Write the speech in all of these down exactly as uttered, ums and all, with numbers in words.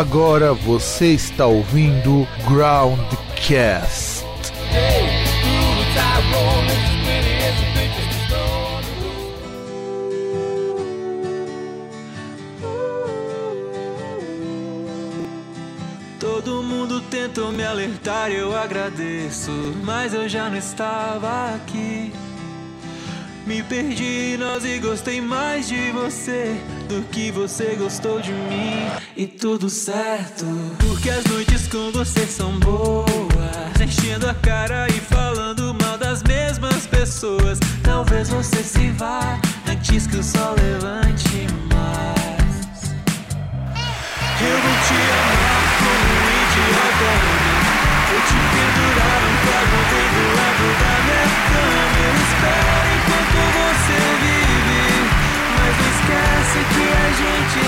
Agora você está ouvindo Groundcast. Todo mundo tentou me alertar, eu agradeço, mas eu já não estava aqui. Me perdi, nós e gostei mais de você do que você gostou de mim. E tudo certo, porque as noites com você são boas, enchendo a cara e falando mal das mesmas pessoas. Talvez você se vá antes que o sol levante mais. Eu vou te amar como um idiota. Vou te pendurar um carro bem do lado da minha cama. Eu espero enquanto você vive, mas não esquece que a gente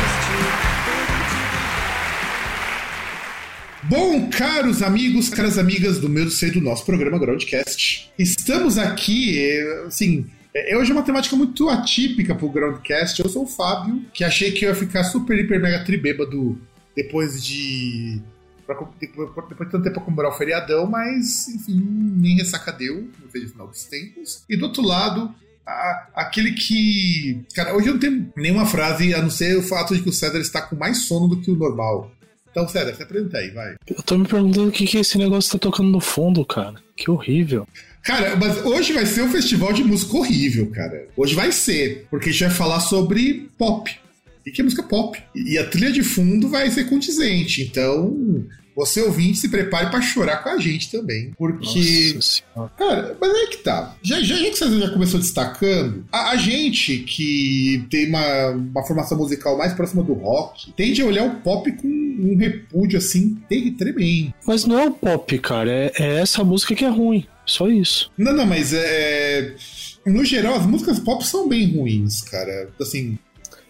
existe. Bom, caros amigos, caras amigas do meu e do nosso programa Groundcast, estamos aqui, assim, hoje é uma temática muito atípica pro Groundcast. Eu sou o Fábio, que achei que eu ia ficar super, hiper, mega tribêbado depois de... depois de tanto tempo pra comemorar o feriadão, mas, enfim, nem ressaca deu, no final dos tempos. E do outro lado, a, aquele que... Cara, hoje eu não tenho nenhuma frase, a não ser o fato de que o César está com mais sono do que o normal. Então, César, se apresenta aí, vai. Eu tô me perguntando o que, que esse negócio tá tocando no fundo, cara. Que horrível. Cara, mas hoje vai ser um festival de música horrível, cara. Hoje vai ser, porque a gente vai falar sobre pop. O que é música pop? E a trilha de fundo vai ser condizente. Então, você ouvinte, se prepare pra chorar com a gente também. Porque... Nossa senhora. Cara, mas é que tá. Já, já, já que você já começou destacando, a, a gente que tem uma, uma formação musical mais próxima do rock, tende a olhar o pop com um repúdio, assim, tremendo. Mas não é o pop, cara. É, é essa música que é ruim. Só isso. Não, não, mas é... No geral, as músicas pop são bem ruins, cara. Assim...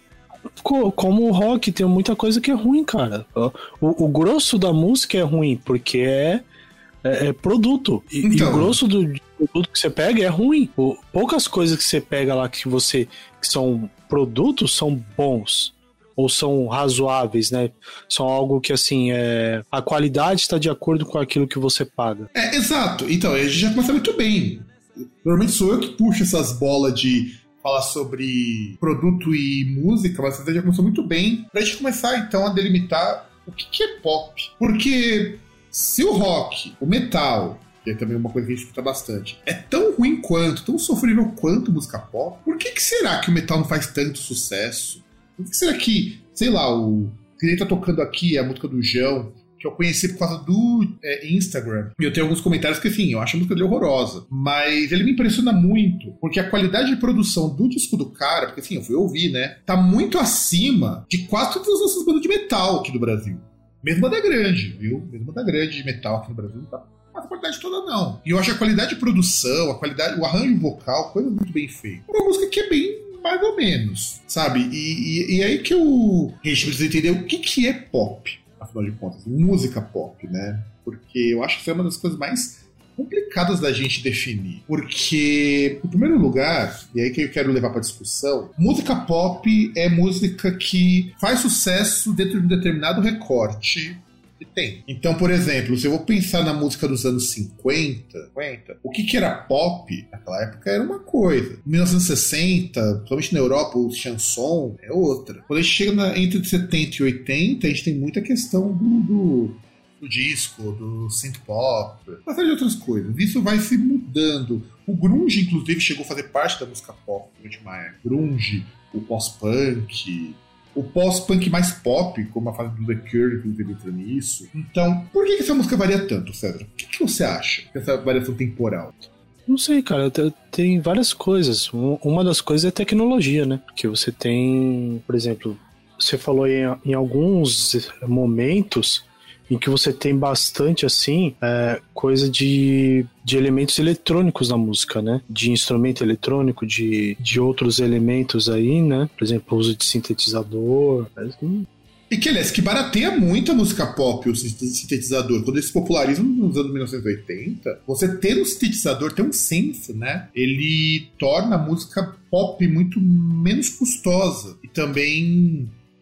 Como o rock, tem muita coisa que é ruim, cara. O, o grosso da música é ruim, porque é, é, é produto. E, então... e o grosso do produto que você pega é ruim. O, poucas coisas que você pega lá que você que são produtos são bons. Ou são razoáveis, né? São algo que, assim, é... a qualidade está de acordo com aquilo que você paga. É, exato. Então, a gente já começa muito bem. Normalmente sou eu que puxo essas bolas de falar sobre produto e música, mas você já começou muito bem pra gente começar, então, a delimitar o que, que é pop. Porque se o rock, o metal, que é também uma coisa que a gente escuta bastante, é tão ruim quanto, tão sofrível quanto música pop, por que, que será que o metal não faz tanto sucesso? Por que será que, sei lá, o que ele tá tocando aqui é a música do João, que eu conheci por causa do é, Instagram. E eu tenho alguns comentários que, assim, eu acho a música dele horrorosa. Mas ele me impressiona muito, porque a qualidade de produção do disco do cara, porque, assim, eu fui ouvir, né, tá muito acima de quase todas as nossas bandas de metal aqui do Brasil. Mesmo banda grande, viu? Mesmo banda grande de metal aqui no Brasil, não tá a qualidade toda, não. E eu acho a qualidade de produção, a qualidade, o arranjo vocal, coisa muito bem feita. Uma música que é bem mais ou menos, sabe? E, e, e aí que eu, a gente precisa entender o que, que é pop. Afinal de contas, música pop, né? Porque eu acho que isso é uma das coisas mais complicadas da gente definir. Porque, em primeiro lugar, e aí que eu quero levar pra discussão, música pop é música que faz sucesso dentro de um determinado recorte que tem. Então, por exemplo, se eu vou pensar na música dos anos cinquenta, cinquenta, o que que era pop naquela época era uma coisa. Em mil novecentos e sessenta, principalmente na Europa, o chanson é outra. Quando a gente chega na, entre setenta e oitenta, a gente tem muita questão do, do, do disco, do synth pop, uma série de outras coisas. Isso vai se mudando. O grunge, inclusive, chegou a fazer parte da música pop durante uma época. Grunge, o pós-punk... O pós-punk mais pop, como a fase do The Cure, inclusive, entra nisso. Então, por que essa música varia tanto, César? O que, que você acha dessa variação temporal? Não sei, cara. Tem várias coisas. Uma das coisas é tecnologia, né? Porque você tem, por exemplo, você falou em, em alguns momentos em que você tem bastante, assim, é, coisa de, de elementos eletrônicos na música, né? De instrumento eletrônico, de, de outros elementos aí, né? Por exemplo, o uso de sintetizador. Assim. E que, aliás, que barateia muito a música pop, o sintetizador. Quando eles se popularizam nos anos mil novecentos e oitenta, você ter um sintetizador tem um senso, né? Ele torna a música pop muito menos custosa. E também...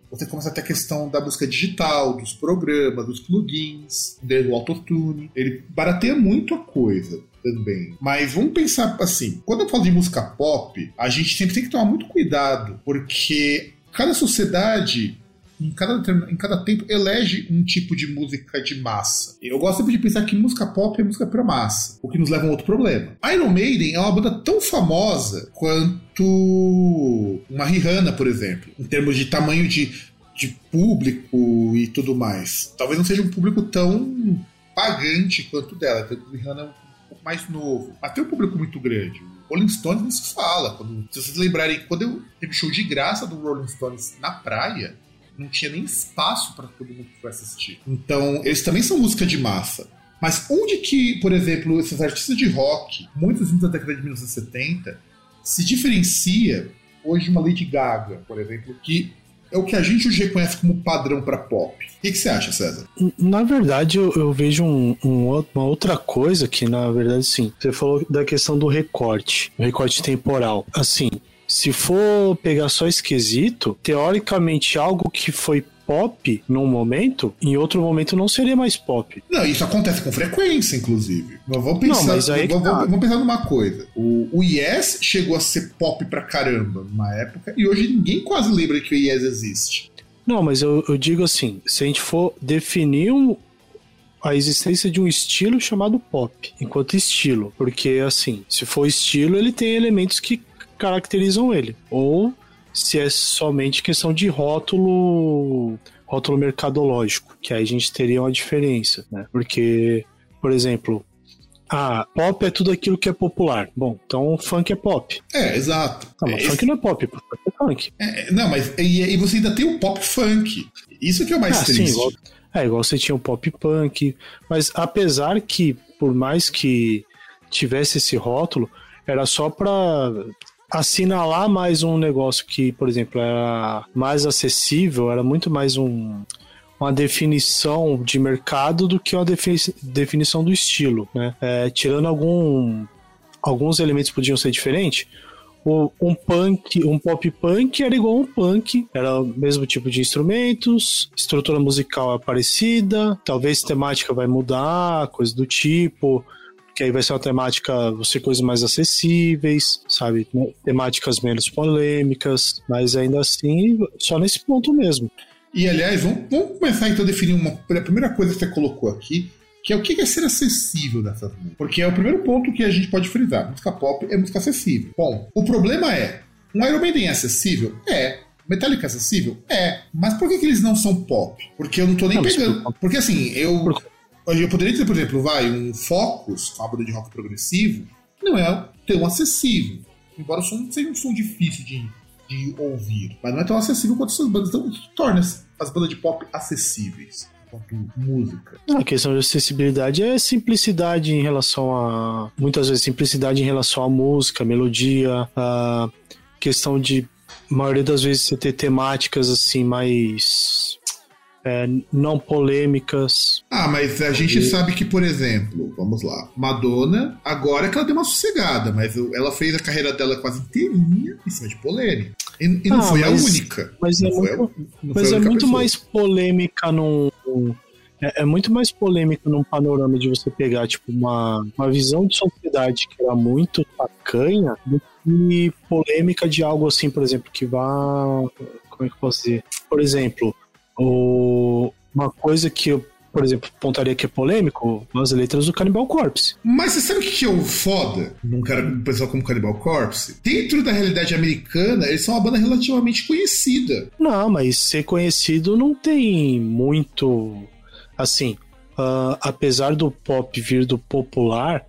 você começa a ter a questão da música digital, dos programas, dos plugins, do autotune. Ele barateia muito a coisa também. Mas vamos pensar assim, quando eu falo de música pop, a gente sempre tem que tomar muito cuidado, porque cada sociedade, em cada, em cada tempo, elege um tipo de música de massa. Eu gosto sempre de pensar que música pop é música pra massa, o que nos leva a um outro problema. Iron Maiden é uma banda tão famosa quanto uma Rihanna, por exemplo, em termos de tamanho de, de público e tudo mais. Talvez não seja um público tão pagante quanto dela, tanto que Rihanna é um pouco mais novo, mas tem um público muito grande. Rolling Stones não se fala. Quando, se vocês lembrarem, quando eu teve show de graça do Rolling Stones na praia, não tinha nem espaço para todo mundo que foi assistir. Então, eles também são música de massa. Mas onde que, por exemplo, esses artistas de rock, muitos da década de mil novecentos e setenta, se diferencia hoje de uma Lady Gaga, por exemplo, que é o que a gente hoje reconhece como padrão para pop. O que, que você acha, César? Na verdade, eu, eu vejo um, um, uma outra coisa que, na verdade, sim. Você falou da questão do recorte, o recorte temporal. Assim, se for pegar só esse quesito, teoricamente algo que foi pop num momento, em outro momento não seria mais pop. Não, isso acontece com frequência, inclusive. Mas vamos pensar, não, mas aí vamos, tá. vamos pensar numa coisa. O, o Yes chegou a ser pop pra caramba numa época, e hoje ninguém quase lembra que o Yes existe. Não, mas eu, eu digo assim, se a gente for definir um, a existência de um estilo chamado pop, enquanto estilo, porque assim, se for estilo, ele tem elementos que caracterizam ele, ou se é somente questão de rótulo rótulo mercadológico, que aí a gente teria uma diferença, né? Porque, por exemplo, ah, pop é tudo aquilo que é popular. Bom, então funk é pop. É, exato. Não, mas é, funk não é pop, funk é funk. É, não, mas e, e você ainda tem o pop funk. Isso que é o mais ah, triste. Sim, igual, é, igual você tinha o pop punk, mas apesar que, por mais que tivesse esse rótulo, era só pra assinalar mais um negócio que, por exemplo, era mais acessível, era muito mais um, uma definição de mercado do que uma defini- definição do estilo, né? É, tirando algum, alguns elementos podiam ser diferentes, o, um punk, um pop punk era igual a um punk, era o mesmo tipo de instrumentos, estrutura musical é parecida, talvez temática vai mudar, coisa do tipo, que aí vai ser uma temática, vão ser coisas mais acessíveis, sabe? Temáticas menos polêmicas, mas ainda assim, só nesse ponto mesmo. E, aliás, vamos, vamos começar então a definir uma, a primeira coisa que você colocou aqui, que é o que é ser acessível dessas músicas. Porque é o primeiro ponto que a gente pode frisar. Música pop é música acessível. Bom, o problema é, um Iron Maiden é acessível? É. Metallica é acessível? É. Mas por que, que eles não são pop? Porque eu não tô nem não, pegando. Por... Porque assim, eu... Por... Eu poderia dizer, por exemplo, vai, um Focus, uma banda de rock progressivo, não é tão acessível. Embora o som seja um som difícil de, de ouvir. Mas não é tão acessível quanto essas bandas. Então, torna as bandas de pop acessíveis quanto música. A questão de acessibilidade é simplicidade em relação a... Muitas vezes, simplicidade em relação à música, à melodia, a questão de... A maioria das vezes você ter temáticas assim mais... É, não polêmicas. Ah, mas a gente e... sabe que, por exemplo, vamos lá, Madonna, agora é que ela deu uma sossegada, mas ela fez a carreira dela quase inteirinha em cima de polêmica. E, e não ah, foi mas, a única. Mas não é foi muito, a, não mas foi a é muito pessoa. mais polêmica num... É, é muito mais polêmico num panorama de você pegar, tipo, uma, uma visão de sociedade que era muito tacanha do que polêmica de algo assim, por exemplo, que vá... Como é que eu posso dizer? Por exemplo... O... Uma coisa que eu, por exemplo, apontaria que é polêmico, as letras do Cannibal Corpse. Mas você sabe o que é o foda num cara, um pessoal como Cannibal Corpse? Dentro da realidade americana, eles são uma banda relativamente conhecida. Não, mas ser conhecido não tem muito... Assim, uh, apesar do pop vir do popular,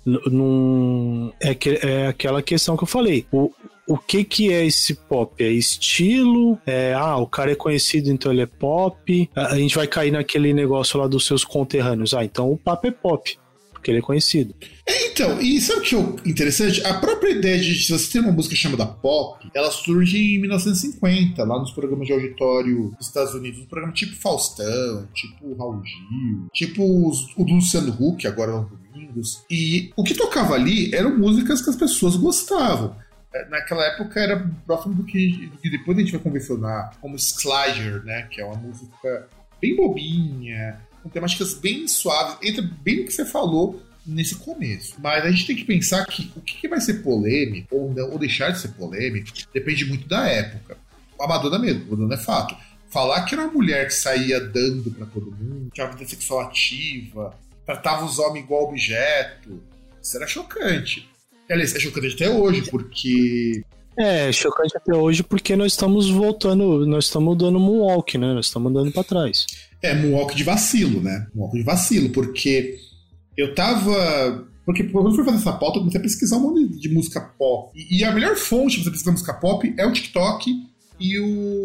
não... é, que, é aquela questão que eu falei. O O que que é esse pop? É estilo? É, ah, o cara é conhecido, então ele é pop. A gente vai cair naquele negócio lá dos seus conterrâneos. Ah, então o papo é pop, porque ele é conhecido. É, então, e sabe o que é interessante? A própria ideia de se você tem uma música chamada pop, ela surge em mil novecentos e cinquenta, lá nos programas de auditório dos Estados Unidos. Um programa tipo Faustão, tipo Raul Gil, tipo os, o do Luciano Huck, agora aos domingos. E o que tocava ali eram músicas que as pessoas gostavam. naquela época era próximo do que, do que depois a gente vai convencionar como Slayer, né? Que é uma música bem bobinha, com temáticas bem suaves, entra bem no que você falou nesse começo. Mas a gente tem que pensar que o que vai ser polêmico ou não, ou deixar de ser polêmico, depende muito da época. A Madonna mesmo, a Madonna é fato. Falar que era uma mulher que saía dando pra todo mundo, tinha uma vida sexual ativa, tratava os homens igual objeto, isso era chocante. Aliás, é chocante até hoje, porque... É, chocante até hoje porque nós estamos voltando, nós estamos dando moonwalk, né? Nós estamos andando pra trás. É, moonwalk de vacilo, né? Moonwalk de vacilo, porque eu tava... Porque quando eu fui fazer essa pauta, eu comecei a pesquisar um monte de música pop. E, e a melhor fonte pra você pesquisar música pop é o TikTok e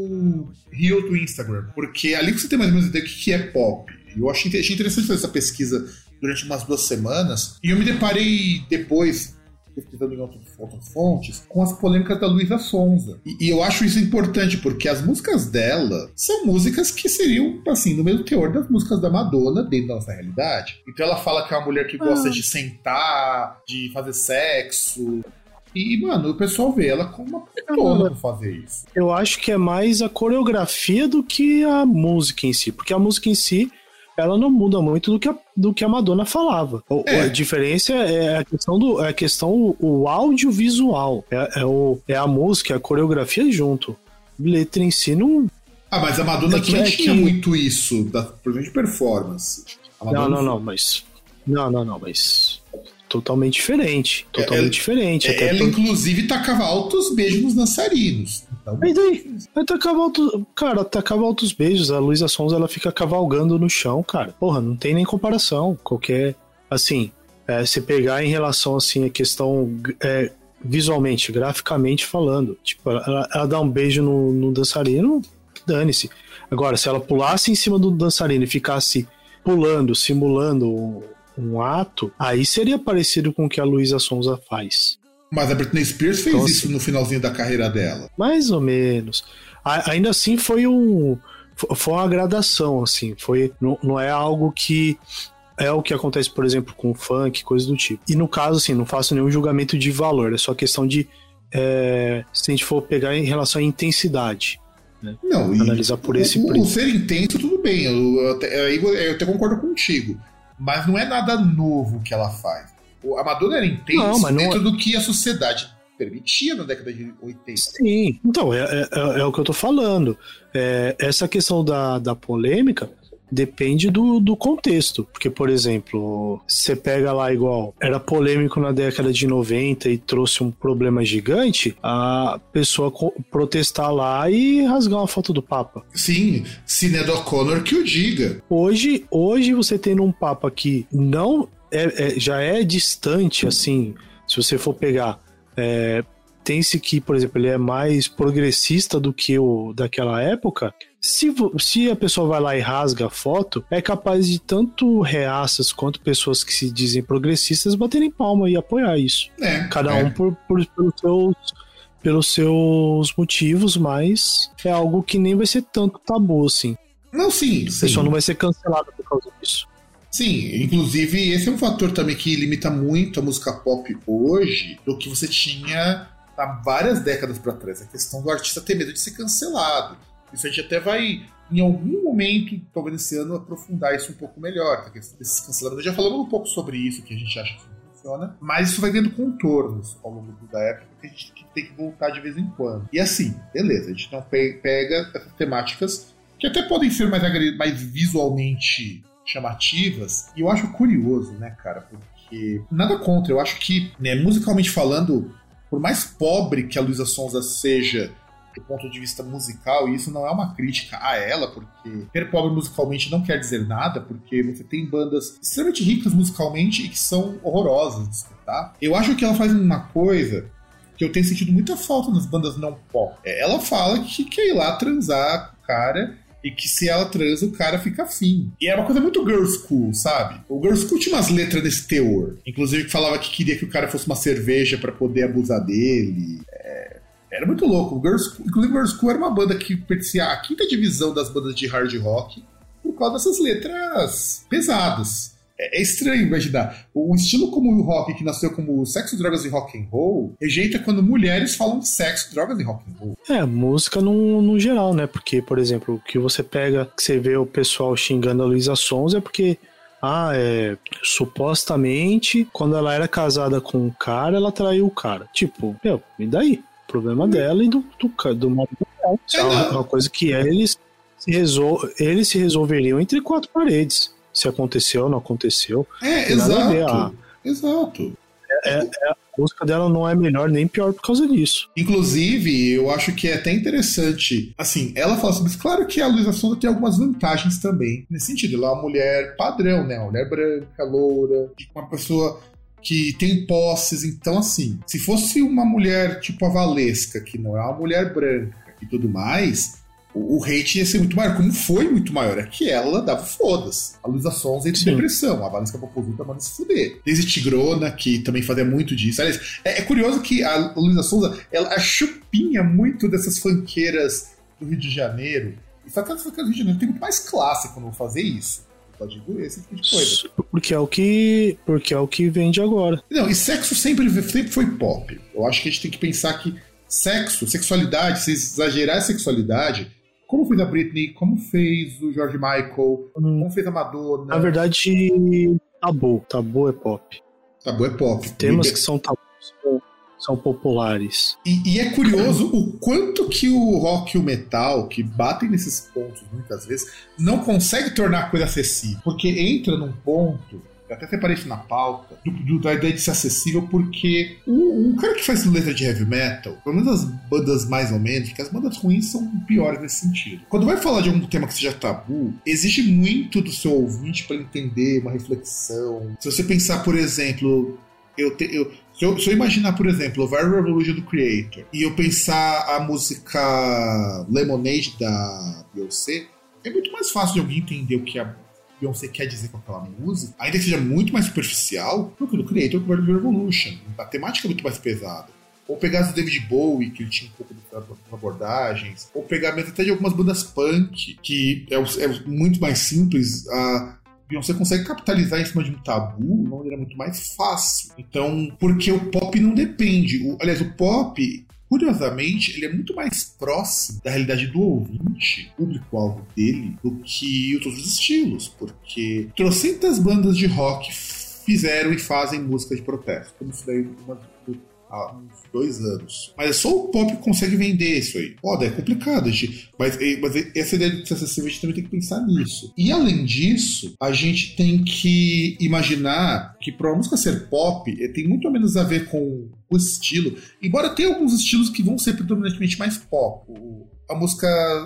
o Reel do Instagram. Porque ali que você tem mais ou menos ideia do que é pop. Eu achei, achei interessante fazer essa pesquisa durante umas duas semanas. E eu me deparei depois, pesquisando em outras, outras fontes, com as polêmicas da Luísa Sonza. E, e eu acho isso importante, porque as músicas dela são músicas que seriam, assim, no mesmo teor das músicas da Madonna dentro da nossa realidade. Então ela fala que é uma mulher que gosta ah. de sentar, de fazer sexo. E, mano, o pessoal vê ela como uma petona por fazer isso. Eu acho que é mais a coreografia do que a música em si. Porque a música em si, ela não muda muito do que a, do que a Madonna falava. É. A diferença é a questão do é a questão o audiovisual. É, é, o, é a música, a coreografia junto. Letra em si não... Ah, mas a Madonna é também é tinha que... muito isso, da, por exemplo, de performance. Não, não, não, mas... Não, não, não, mas... Totalmente diferente. Totalmente ela, diferente. Ela, até inclusive, tacava altos beijos nos dançarinos. Então, e daí? Tacava altos, cara, tacava altos beijos. A Luísa Sonza, ela fica cavalgando no chão, cara. Porra, não tem nem comparação. Qualquer... Assim, é, se pegar em relação, assim, a questão... É, visualmente, graficamente falando. Tipo, ela, ela dá um beijo no, no dançarino, dane-se. Agora, se ela pulasse em cima do dançarino e ficasse pulando, simulando... um ato, aí seria parecido com o que a Luísa Sonza faz. Mas a Britney Spears fez então, isso no finalzinho da carreira dela. Mais ou menos. A, ainda assim foi um foi uma gradação, assim, foi, não, não é algo que é o que acontece, por exemplo, com funk, coisa do tipo. E no caso, assim, não faço nenhum julgamento de valor, é só questão de é, se a gente for pegar em relação à intensidade. Né? Não, analisar por esse o, prisma. O ser intenso, tudo bem, eu, eu, até, eu até concordo contigo. Mas não é nada novo que ela faz. A Madonna era intensa não, dentro não... do que a sociedade permitia na década de oitenta. Sim, então, é, é, é o que eu tô falando. É, essa questão da, da polêmica depende do, do contexto. Porque, por exemplo, você pega lá igual, era polêmico na década de noventa e trouxe um problema gigante, a pessoa co- protestar lá e rasgar uma foto do Papa. Sim, Sinéad O'Connor que o diga. Hoje, hoje você tendo um Papa que não é, é, já é distante, assim, se você for pegar... É, tem-se que, por exemplo, ele é mais progressista do que o daquela época. Se, se a pessoa vai lá e rasga a foto, é capaz de tanto reaças quanto pessoas que se dizem progressistas baterem palma e apoiar isso. É, Cada é. um por, por, pelos, seus, pelos seus motivos, mas é algo que nem vai ser tanto tabu, assim. Não, sim, A sim. pessoa não vai ser cancelada por causa disso. Sim, inclusive esse é um fator também que limita muito a música pop hoje do que você tinha há várias décadas para trás, a questão do artista ter medo de ser cancelado. Isso a gente até vai, em algum momento, talvez esse ano, aprofundar isso um pouco melhor, a questão desses cancelamentos. Já falamos um pouco sobre isso, que a gente acha que funciona, mas isso vai ganhando contornos ao longo da época, que a gente tem que voltar de vez em quando. E assim, beleza, a gente não pega essas temáticas que até podem ser mais, mais visualmente chamativas, e eu acho curioso, né, cara, porque nada contra, eu acho que, né, musicalmente falando, por mais pobre que a Luísa Sonza seja do ponto de vista musical, e isso não é uma crítica a ela, porque ser pobre musicalmente não quer dizer nada, porque você tem bandas extremamente ricas musicalmente e que são horrorosas de escutar. Eu acho que ela faz uma coisa que eu tenho sentido muita falta nas bandas não pop. Ela fala que quer ir lá transar com o cara e que se ela transa, o cara fica afim. E é uma coisa muito girl school, sabe? O girl school tinha umas letras desse teor. Inclusive que falava que queria que o cara fosse uma cerveja pra poder abusar dele. É... Era muito louco. O girl school... Inclusive o Girl School era uma banda que pertencia à quinta divisão das bandas de hard rock por causa dessas letras pesadas. É, é estranho imaginar. Um estilo como o rock, que nasceu como sexo, drogas e rock and roll, rejeita quando mulheres falam de sexo, drogas e rock and roll. É, música no, no geral, né? Porque, por exemplo, o que você pega, que você vê o pessoal xingando a Luísa Sonza é porque, ah, é, supostamente, quando ela era casada com um cara, ela traiu o cara. Tipo, meu, e daí? Problema dela e do, do, do marido dela. Isso é uma, uma coisa que eles se, resol, eles se resolveriam entre quatro paredes. Se aconteceu ou não aconteceu. É, exato. Ah, exato. É, é, a música dela não é melhor nem pior por causa disso. Inclusive, eu acho que é até interessante. Assim, ela fala sobre isso. Claro que a Luísa Sonza tem algumas vantagens também. Nesse sentido, ela é uma mulher padrão, né? Uma mulher branca, loura, uma pessoa que tem posses. Então, assim, se fosse uma mulher tipo a Valesca, que não é uma mulher branca e tudo mais, o, o hate ia ser muito maior. Como foi muito maior? É que ela dava foda-se. A Luísa Sonza entra em depressão. A Valesca Popozuda manda se fuder. Desde Tigrona, que também fazia muito disso. Aliás, é, é curioso que a Luísa Sonza, ela chupinha muito dessas funkeiras do Rio de Janeiro. E só que as funkeiras do Rio de Janeiro tem muito mais classe quando vão fazer isso. Eu digo esse tipo de coisa. Porque é o que, porque é o que vende agora. Não, e sexo sempre, sempre foi pop. Eu acho que a gente tem que pensar que sexo, sexualidade, se exagerar a sexualidade, como fez a Britney, como fez o George Michael, hum. como fez a Madonna. Na verdade, tabu. Tabu é pop. Tabu é pop. Temas e... que são tabus são, são populares. E, e é curioso o quanto que o rock e o metal, que batem nesses pontos muitas vezes, não consegue tornar a coisa acessível. Porque entra num ponto, eu até separei isso na pauta, do, do, da ideia de ser acessível, porque o, o cara que faz letra de heavy metal, pelo menos as bandas mais ou menos, porque as bandas ruins são piores nesse sentido. Quando vai falar de algum tema que seja tabu, exige muito do seu ouvinte para entender uma reflexão. Se você pensar, por exemplo, eu, te, eu, se, eu se eu imaginar, por exemplo, o Very Revolution do Creator, e eu pensar a música Lemonade da Beyoncé, é muito mais fácil de alguém entender o que a Beyoncé quer dizer com aquela música, ainda que seja muito mais superficial do que do Creator do Very Revolution. A temática é muito mais pesada. Ou pegar o David Bowie, que ele tinha um pouco de abordagens, ou pegar mesmo até de algumas bandas punk, que é, é muito mais simples. A Beyoncé consegue capitalizar em cima de um tabu de uma maneira muito mais fácil. Então, porque o pop não depende. O, aliás, o pop, curiosamente, ele é muito mais próximo da realidade do ouvinte, público-alvo dele, do que os outros estilos. Porque trocentas bandas de rock fizeram e fazem música de protesto. Como isso daí uma, há uns dois anos. Mas só o pop consegue vender isso aí. Ó, é complicado, gente. Mas, mas essa ideia de ser acessível, a gente também tem que pensar nisso. E além disso, a gente tem que imaginar que para a música ser pop, tem muito a menos a ver com o estilo. Embora tenha alguns estilos que vão ser predominantemente mais pop. O, a música...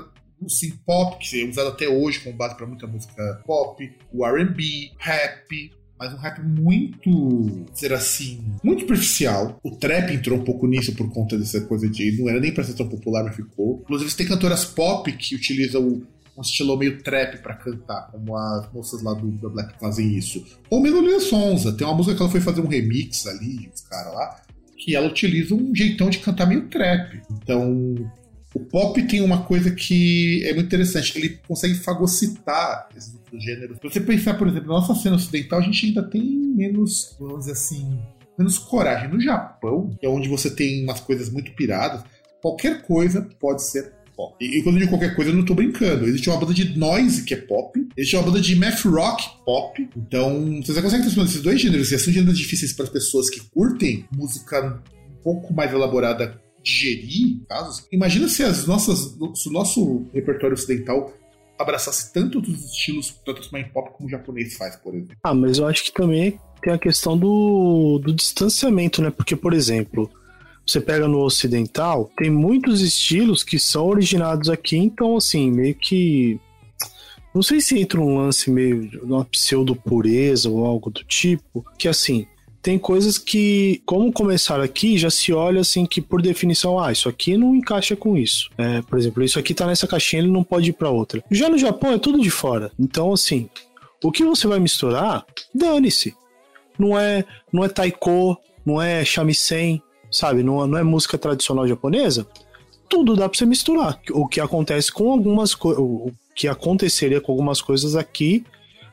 o synth pop, que é usado até hoje como base para muita música pop, o R and B, rap, mas um rap muito, dizer assim, muito superficial. O trap entrou um pouco nisso por conta dessa coisa de não era nem pra ser tão popular, mas ficou. Inclusive tem cantoras pop que utilizam um estilo meio trap pra cantar, como as moças lá do da Black fazem isso. Ou mesmo a Luísa Sonza, tem uma música que ela foi fazer um remix ali, os caras lá, que ela utiliza um jeitão de cantar meio trap. Então... o pop tem uma coisa que é muito interessante, ele consegue fagocitar esses outros gêneros. Se você pensar, por exemplo, na nossa cena ocidental, a gente ainda tem menos, vamos dizer assim, menos coragem. No Japão, que é onde você tem umas coisas muito piradas, qualquer coisa pode ser pop. E, e quando eu digo qualquer coisa, eu não tô brincando. Existe uma banda de noise que é pop, existe uma banda de math rock pop. Então, você consegue transformar esses dois gêneros, e são gêneros difíceis para as pessoas que curtem música um pouco mais elaborada digerir casos. Imagina se as nossas, se o nosso repertório ocidental abraçasse tanto outros estilos para transformar em pop como o japonês faz, por exemplo. Ah, mas eu acho que também tem a questão do, do distanciamento, né? Porque, por exemplo, você pega no ocidental, tem muitos estilos que são originados aqui, então, assim, meio que... não sei se entra um lance meio de uma pseudo-pureza ou algo do tipo, que, assim... tem coisas que, como começaram aqui, já se olha assim que, por definição, ah, isso aqui não encaixa com isso. É, por exemplo, isso aqui tá nessa caixinha, ele não pode ir pra outra. Já no Japão é tudo de fora. Então, assim, o que você vai misturar, dane-se. Não é, não é taiko, não é shamisen, sabe? Não, não é música tradicional japonesa. Tudo dá pra você misturar. O que acontece com algumas coisas, o que aconteceria com algumas coisas aqui,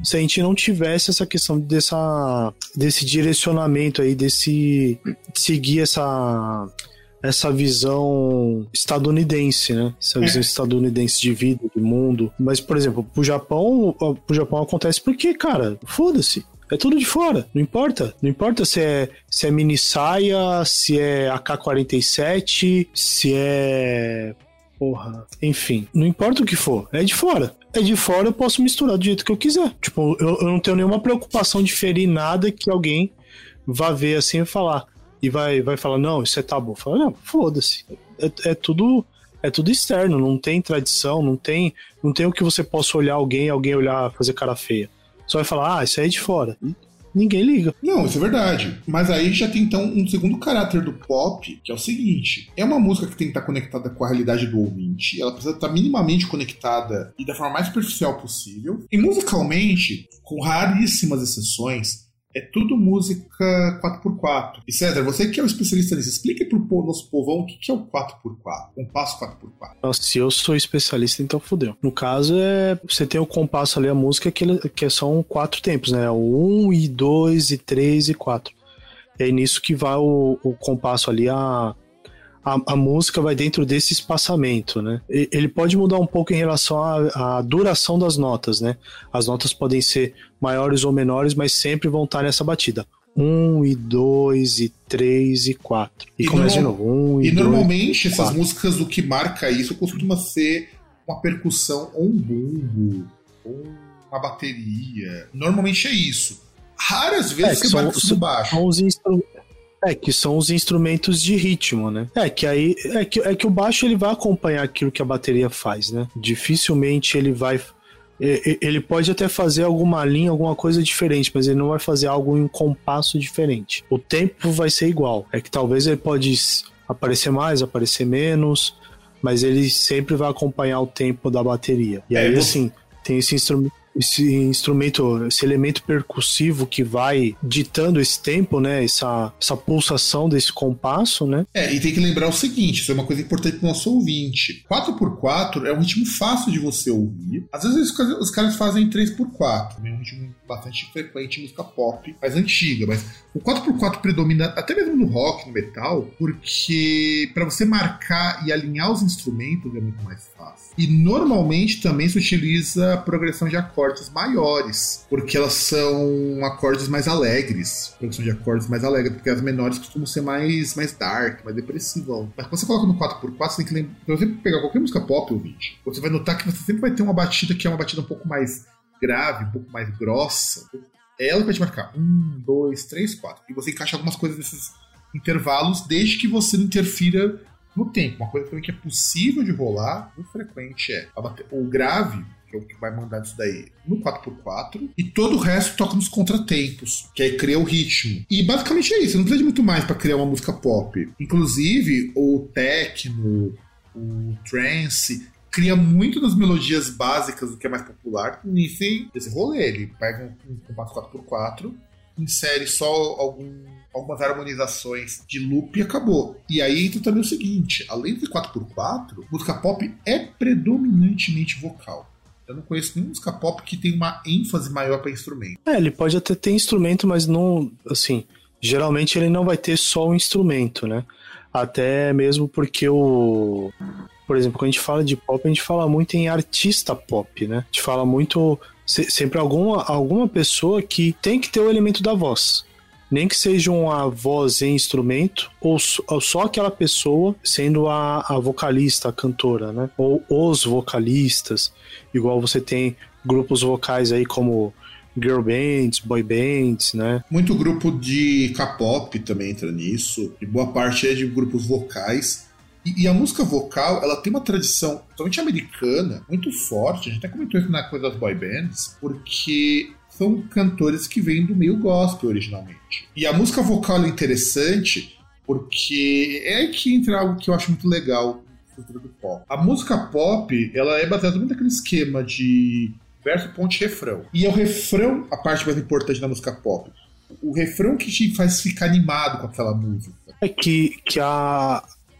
se a gente não tivesse essa questão dessa, desse direcionamento aí, desse seguir essa, essa visão estadunidense, né? Essa visão estadunidense de vida, de mundo. Mas, por exemplo, pro Japão, pro Japão acontece porque, cara, foda-se. É tudo de fora, não importa. Não importa se é, se é mini saia, se é A K quarenta e sete, se é... Porra, enfim, não importa o que for, é de fora. É de fora, eu posso misturar do jeito que eu quiser. Tipo, eu, eu não tenho nenhuma preocupação de ferir nada que alguém vá ver assim e falar. E vai, vai falar, não, isso é tabu. Fala, não, foda-se. É, é tudo... É tudo externo, não tem tradição, não tem, não tem o que você possa olhar alguém, alguém olhar, fazer cara feia. Só vai falar, ah, isso aí é de fora. Ninguém liga. Não, isso é verdade. Mas aí já tem então um segundo caráter do pop, que é o seguinte: é uma música que tem que estar conectada com a realidade do ouvinte, ela precisa estar minimamente conectada e da forma mais superficial possível. E musicalmente, com raríssimas exceções, é tudo música quatro por quatro. E César, você que é o especialista nisso, explique pro nosso povão o que é o quatro por quatro, compasso quatro por quatro. Nossa, se eu sou especialista, então fodeu. No caso, é você tem o compasso ali, a música, que, ele, que são quatro tempos, né? O um, e dois, e três, e quatro. É nisso que vai o, o compasso ali, a... A, a música vai dentro desse espaçamento, né? Ele pode mudar um pouco em relação à, à duração das notas, né? As notas podem ser maiores ou menores, mas sempre vão estar nessa batida. Um, e dois, e três, e quatro. E, e começa de novo. Um, e e normalmente dois, essas quatro. músicas, o que marca isso costuma ser uma percussão, ou um bumbo, ou uma bateria. Normalmente é isso. Raras vezes é, que são, marca isso baixo. São os instrumentos. É, que são os instrumentos de ritmo, né? É que aí é que, é que o baixo ele vai acompanhar aquilo que a bateria faz, né? Dificilmente ele vai... Ele pode até fazer alguma linha, alguma coisa diferente, mas ele não vai fazer algo em um compasso diferente. O tempo vai ser igual. É que talvez ele pode aparecer mais, aparecer menos, mas ele sempre vai acompanhar o tempo da bateria. E aí, é, assim, tem esse instrumento... esse instrumento, esse elemento percussivo que vai ditando esse tempo, né? Essa, essa pulsação desse compasso, né? É, e tem que lembrar o seguinte, isso é uma coisa importante pro nosso ouvinte. quatro por quatro é um ritmo fácil de você ouvir. Às vezes os caras fazem três por quatro, é um ritmo bastante frequente em música pop, mais antiga, mas o quatro por quatro predomina até mesmo no rock, no metal, porque para você marcar e alinhar os instrumentos é muito mais fácil. E normalmente também se utiliza a progressão de acordes maiores, porque elas são acordes mais alegres, progressão de acordes mais alegres, porque as menores costumam ser mais, mais dark, mais depressivão. Mas quando você coloca no quatro por quatro, você tem que lembrar, se você pegar qualquer música pop, ouvinte, você vai notar que você sempre vai ter uma batida que é uma batida um pouco mais grave, um pouco mais grossa. É ela que vai te marcar um, dois, três, quatro. E você encaixa algumas coisas nesses intervalos, desde que você não interfira no tempo. Uma coisa também que é possível de rolar, muito frequente, é o grave, que é o que vai mandar isso daí, no quatro por quatro, e todo o resto toca nos contratempos, que aí cria o ritmo. E basicamente é isso, não precisa de muito mais para criar uma música pop. Inclusive, o techno, o trance, cria muito das melodias básicas do que é mais popular nesse, nesse rolê. Ele pega um, um compasso quatro por quatro, insere só algum, algumas harmonizações de loop e acabou. E aí entra também o seguinte, além de quatro por quatro, música pop é predominantemente vocal. Eu não conheço nenhuma música pop que tem uma ênfase maior para instrumento. É, ele pode até ter instrumento, mas não, assim, geralmente ele não vai ter só um instrumento, né? Até mesmo porque o... Por exemplo, quando a gente fala de pop, a gente fala muito em artista pop, né? A gente fala muito... Sempre alguma, alguma pessoa que tem que ter o elemento da voz. Nem que seja uma voz em instrumento, ou, ou só aquela pessoa sendo a, a vocalista, a cantora, né? Ou os vocalistas. Igual você tem grupos vocais aí como girl bands, boy bands, né? Muito grupo de K-pop também entra nisso. E boa parte é de grupos vocais. E, e a música vocal, ela tem uma tradição totalmente americana, muito forte. A gente até comentou isso na coisa das boy bands, porque são cantores que vêm do meio gospel originalmente. E a música vocal é interessante porque é aí que entra algo que eu acho muito legal na cultura do pop. A música pop, ela é baseada muito naquele esquema de verso, ponte, refrão. E é o refrão a parte mais importante da música pop. O refrão que te faz ficar animado com aquela música. É que, que a...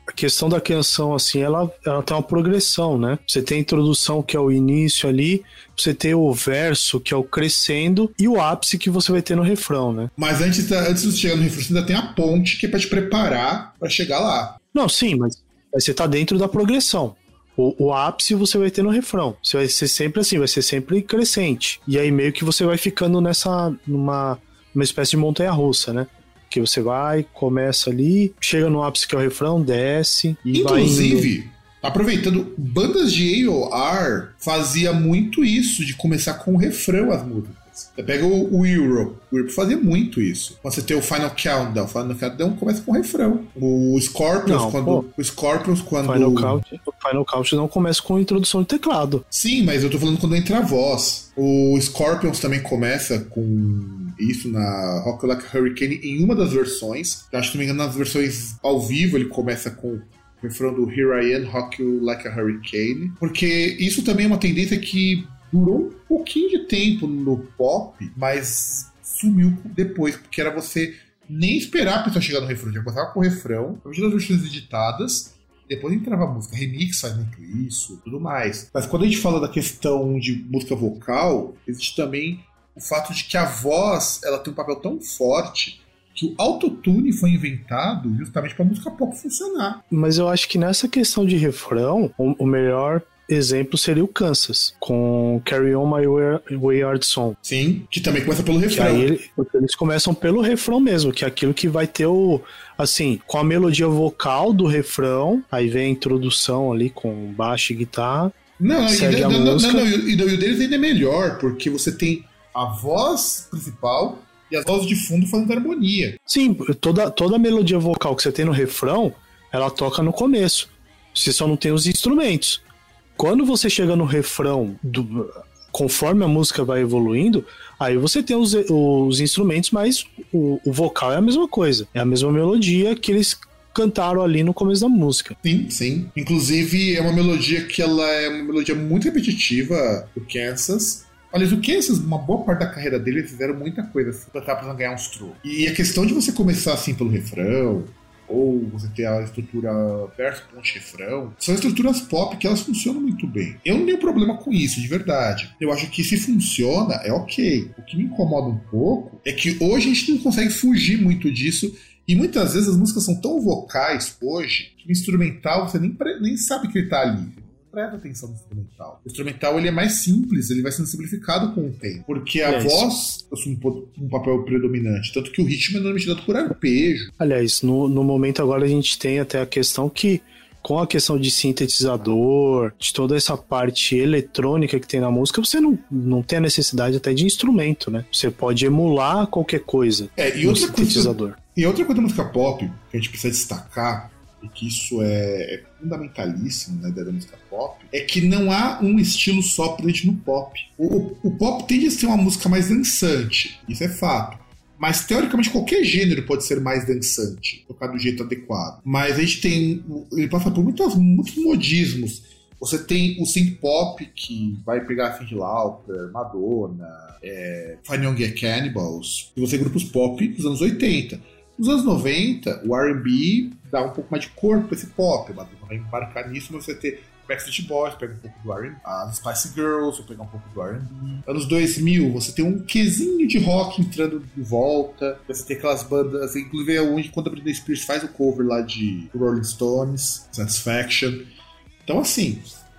a questão da canção, assim, ela, ela tem uma progressão, né? Você tem a introdução, que é o início ali, você tem o verso, que é o crescendo, e o ápice que você vai ter no refrão, né? Mas antes, antes de você chegar no refrão, você ainda tem a ponte, que é pra te preparar pra chegar lá. Não, sim, mas você tá dentro da progressão. O, o ápice você vai ter no refrão. Você vai ser sempre assim, vai ser sempre crescente. E aí meio que você vai ficando nessa, numa uma espécie de montanha-russa, né? Que você vai, começa ali, chega no ápice que é o refrão, desce e Inclusive, vai Inclusive, aproveitando, bandas de A O R fazia muito isso, de começar com o refrão as músicas. Você pega o, o Europe, o Europe fazia muito isso. Quando você tem o Final Countdown, o Final Countdown começa com o refrão. O Scorpions, Não, quando... pô. O Scorpions, quando... Final Count, o Final Countdown começa com a introdução de teclado. Sim, mas eu tô falando quando entra a voz. O Scorpions também começa com isso na Rock Like a Hurricane em uma das versões. Eu acho que, não me engano, nas versões ao vivo ele começa com o refrão do Here I Am, Rock You Like a Hurricane. Porque isso também é uma tendência que durou um pouquinho de tempo no pop, mas sumiu depois, porque era você nem esperar a pessoa chegar no refrão. Já começava com o refrão, a das versões editadas, depois entrava a música. Remix faz muito isso, tudo mais. Mas quando a gente fala da questão de música vocal, existe também o fato de que a voz ela tem um papel tão forte que o autotune foi inventado justamente para a música pop funcionar. Mas eu acho que nessa questão de refrão, o, o melhor exemplo seria o Kansas, com Carry On My Wayward Song. Sim, que também começa pelo refrão. Que aí ele, eles começam pelo refrão mesmo, que é aquilo que vai ter o... Assim, com a melodia vocal do refrão, aí vem a introdução ali com baixo e guitarra. Não, segue e, a não, música. não, não, e, e o deles ainda é melhor, porque você tem a voz principal e as vozes de fundo fazendo harmonia. Sim, toda, toda a melodia vocal que você tem no refrão, ela toca no começo. Você só não tem os instrumentos. Quando você chega no refrão, do, conforme a música vai evoluindo, aí você tem os, os instrumentos, mas o, o vocal é a mesma coisa. É a mesma melodia que eles cantaram ali no começo da música. Sim, sim. Inclusive, é uma melodia que ela é uma melodia muito repetitiva do Kansas. Aliás, o Kansas, uma boa parte da carreira dele, eles fizeram muita coisa assim, pra tentar ganhar uns trocos. E a questão de você começar assim pelo refrão, ou você ter a estrutura verso, ponte, refrão, são estruturas pop que elas funcionam muito bem. Eu não tenho problema com isso, de verdade. Eu acho que se funciona, é ok. O que me incomoda um pouco é que hoje a gente não consegue fugir muito disso, e muitas vezes as músicas são tão vocais hoje, que o instrumental você nem, nem sabe que ele tá ali. Presta atenção no instrumental. O instrumental ele é mais simples, ele vai sendo simplificado com o tempo. Porque a é voz assume um papel predominante. Tanto que o ritmo é normalmente dado por arpejo. Aliás, no, no momento agora a gente tem até a questão que, com a questão de sintetizador, de toda essa parte eletrônica que tem na música, você não, não tem a necessidade até de instrumento, né? Você pode emular qualquer coisa é, e no outra sintetizador. Coisa, e outra coisa da música pop que a gente precisa destacar, e que isso é, é fundamentalíssimo na ideia da música pop, é que não há um estilo só presente no pop. O, o, o pop tende a ser uma música mais dançante, isso é fato. Mas, teoricamente, qualquer gênero pode ser mais dançante, tocado do jeito adequado. Mas a gente tem... Ele passa por muitos, muitos modismos. Você tem o synth pop, que vai pegar Cyndi Lauper, Madonna, é, Fine Young Cannibals, e você tem grupos pop dos anos oitenta. Nos anos noventa, o R and B dá um pouco mais de corpo pra esse pop. A Madonna vai embarcar nisso, mas você tem Backstreet Boys, pega um pouco do R and B. As Spice Girls, vai pegar um pouco do R and B. Anos dois mil, você tem um quezinho de rock entrando de volta. Você tem aquelas bandas, inclusive é onde quando a Britney Spears faz o cover lá de Rolling Stones, Satisfaction. Então, assim,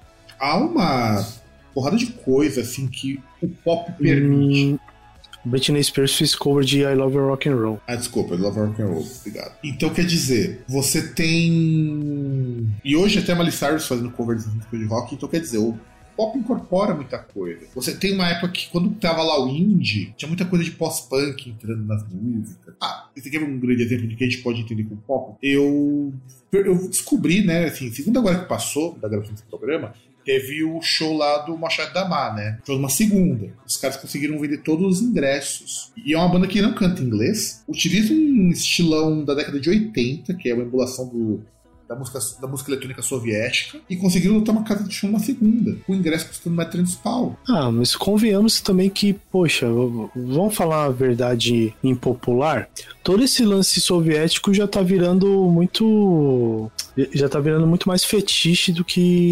há uma porrada de coisa assim, que o pop permite. Hum... Britney Spears fez cover de I Love Rock and Roll. Ah, desculpa, I Love Rock and Roll, obrigado. Então, quer dizer, você tem... E hoje até a Miley Cyrus fazendo cover de rock, então quer dizer, o pop incorpora muita coisa. Você tem uma época que, quando tava lá o indie, tinha muita coisa de pós-punk entrando nas músicas. Ah, esse aqui é um grande exemplo de que a gente pode entender com pop. Eu, eu descobri, né, assim, segundo agora que passou, da gravação desse programa, teve o show lá do Machado da Mar, né? Foi uma segunda. Os caras conseguiram vender todos os ingressos. E é uma banda que não canta inglês. Utiliza um estilão da década de oitenta, que é uma emulação do, da música, da música eletrônica soviética e conseguiram lotar uma casa de show na segunda, com o ingresso custando mais trezentos pau. Ah, mas convenhamos também que, poxa, vamos falar a verdade impopular? Todo esse lance soviético já tá virando muito... já tá virando muito mais fetiche do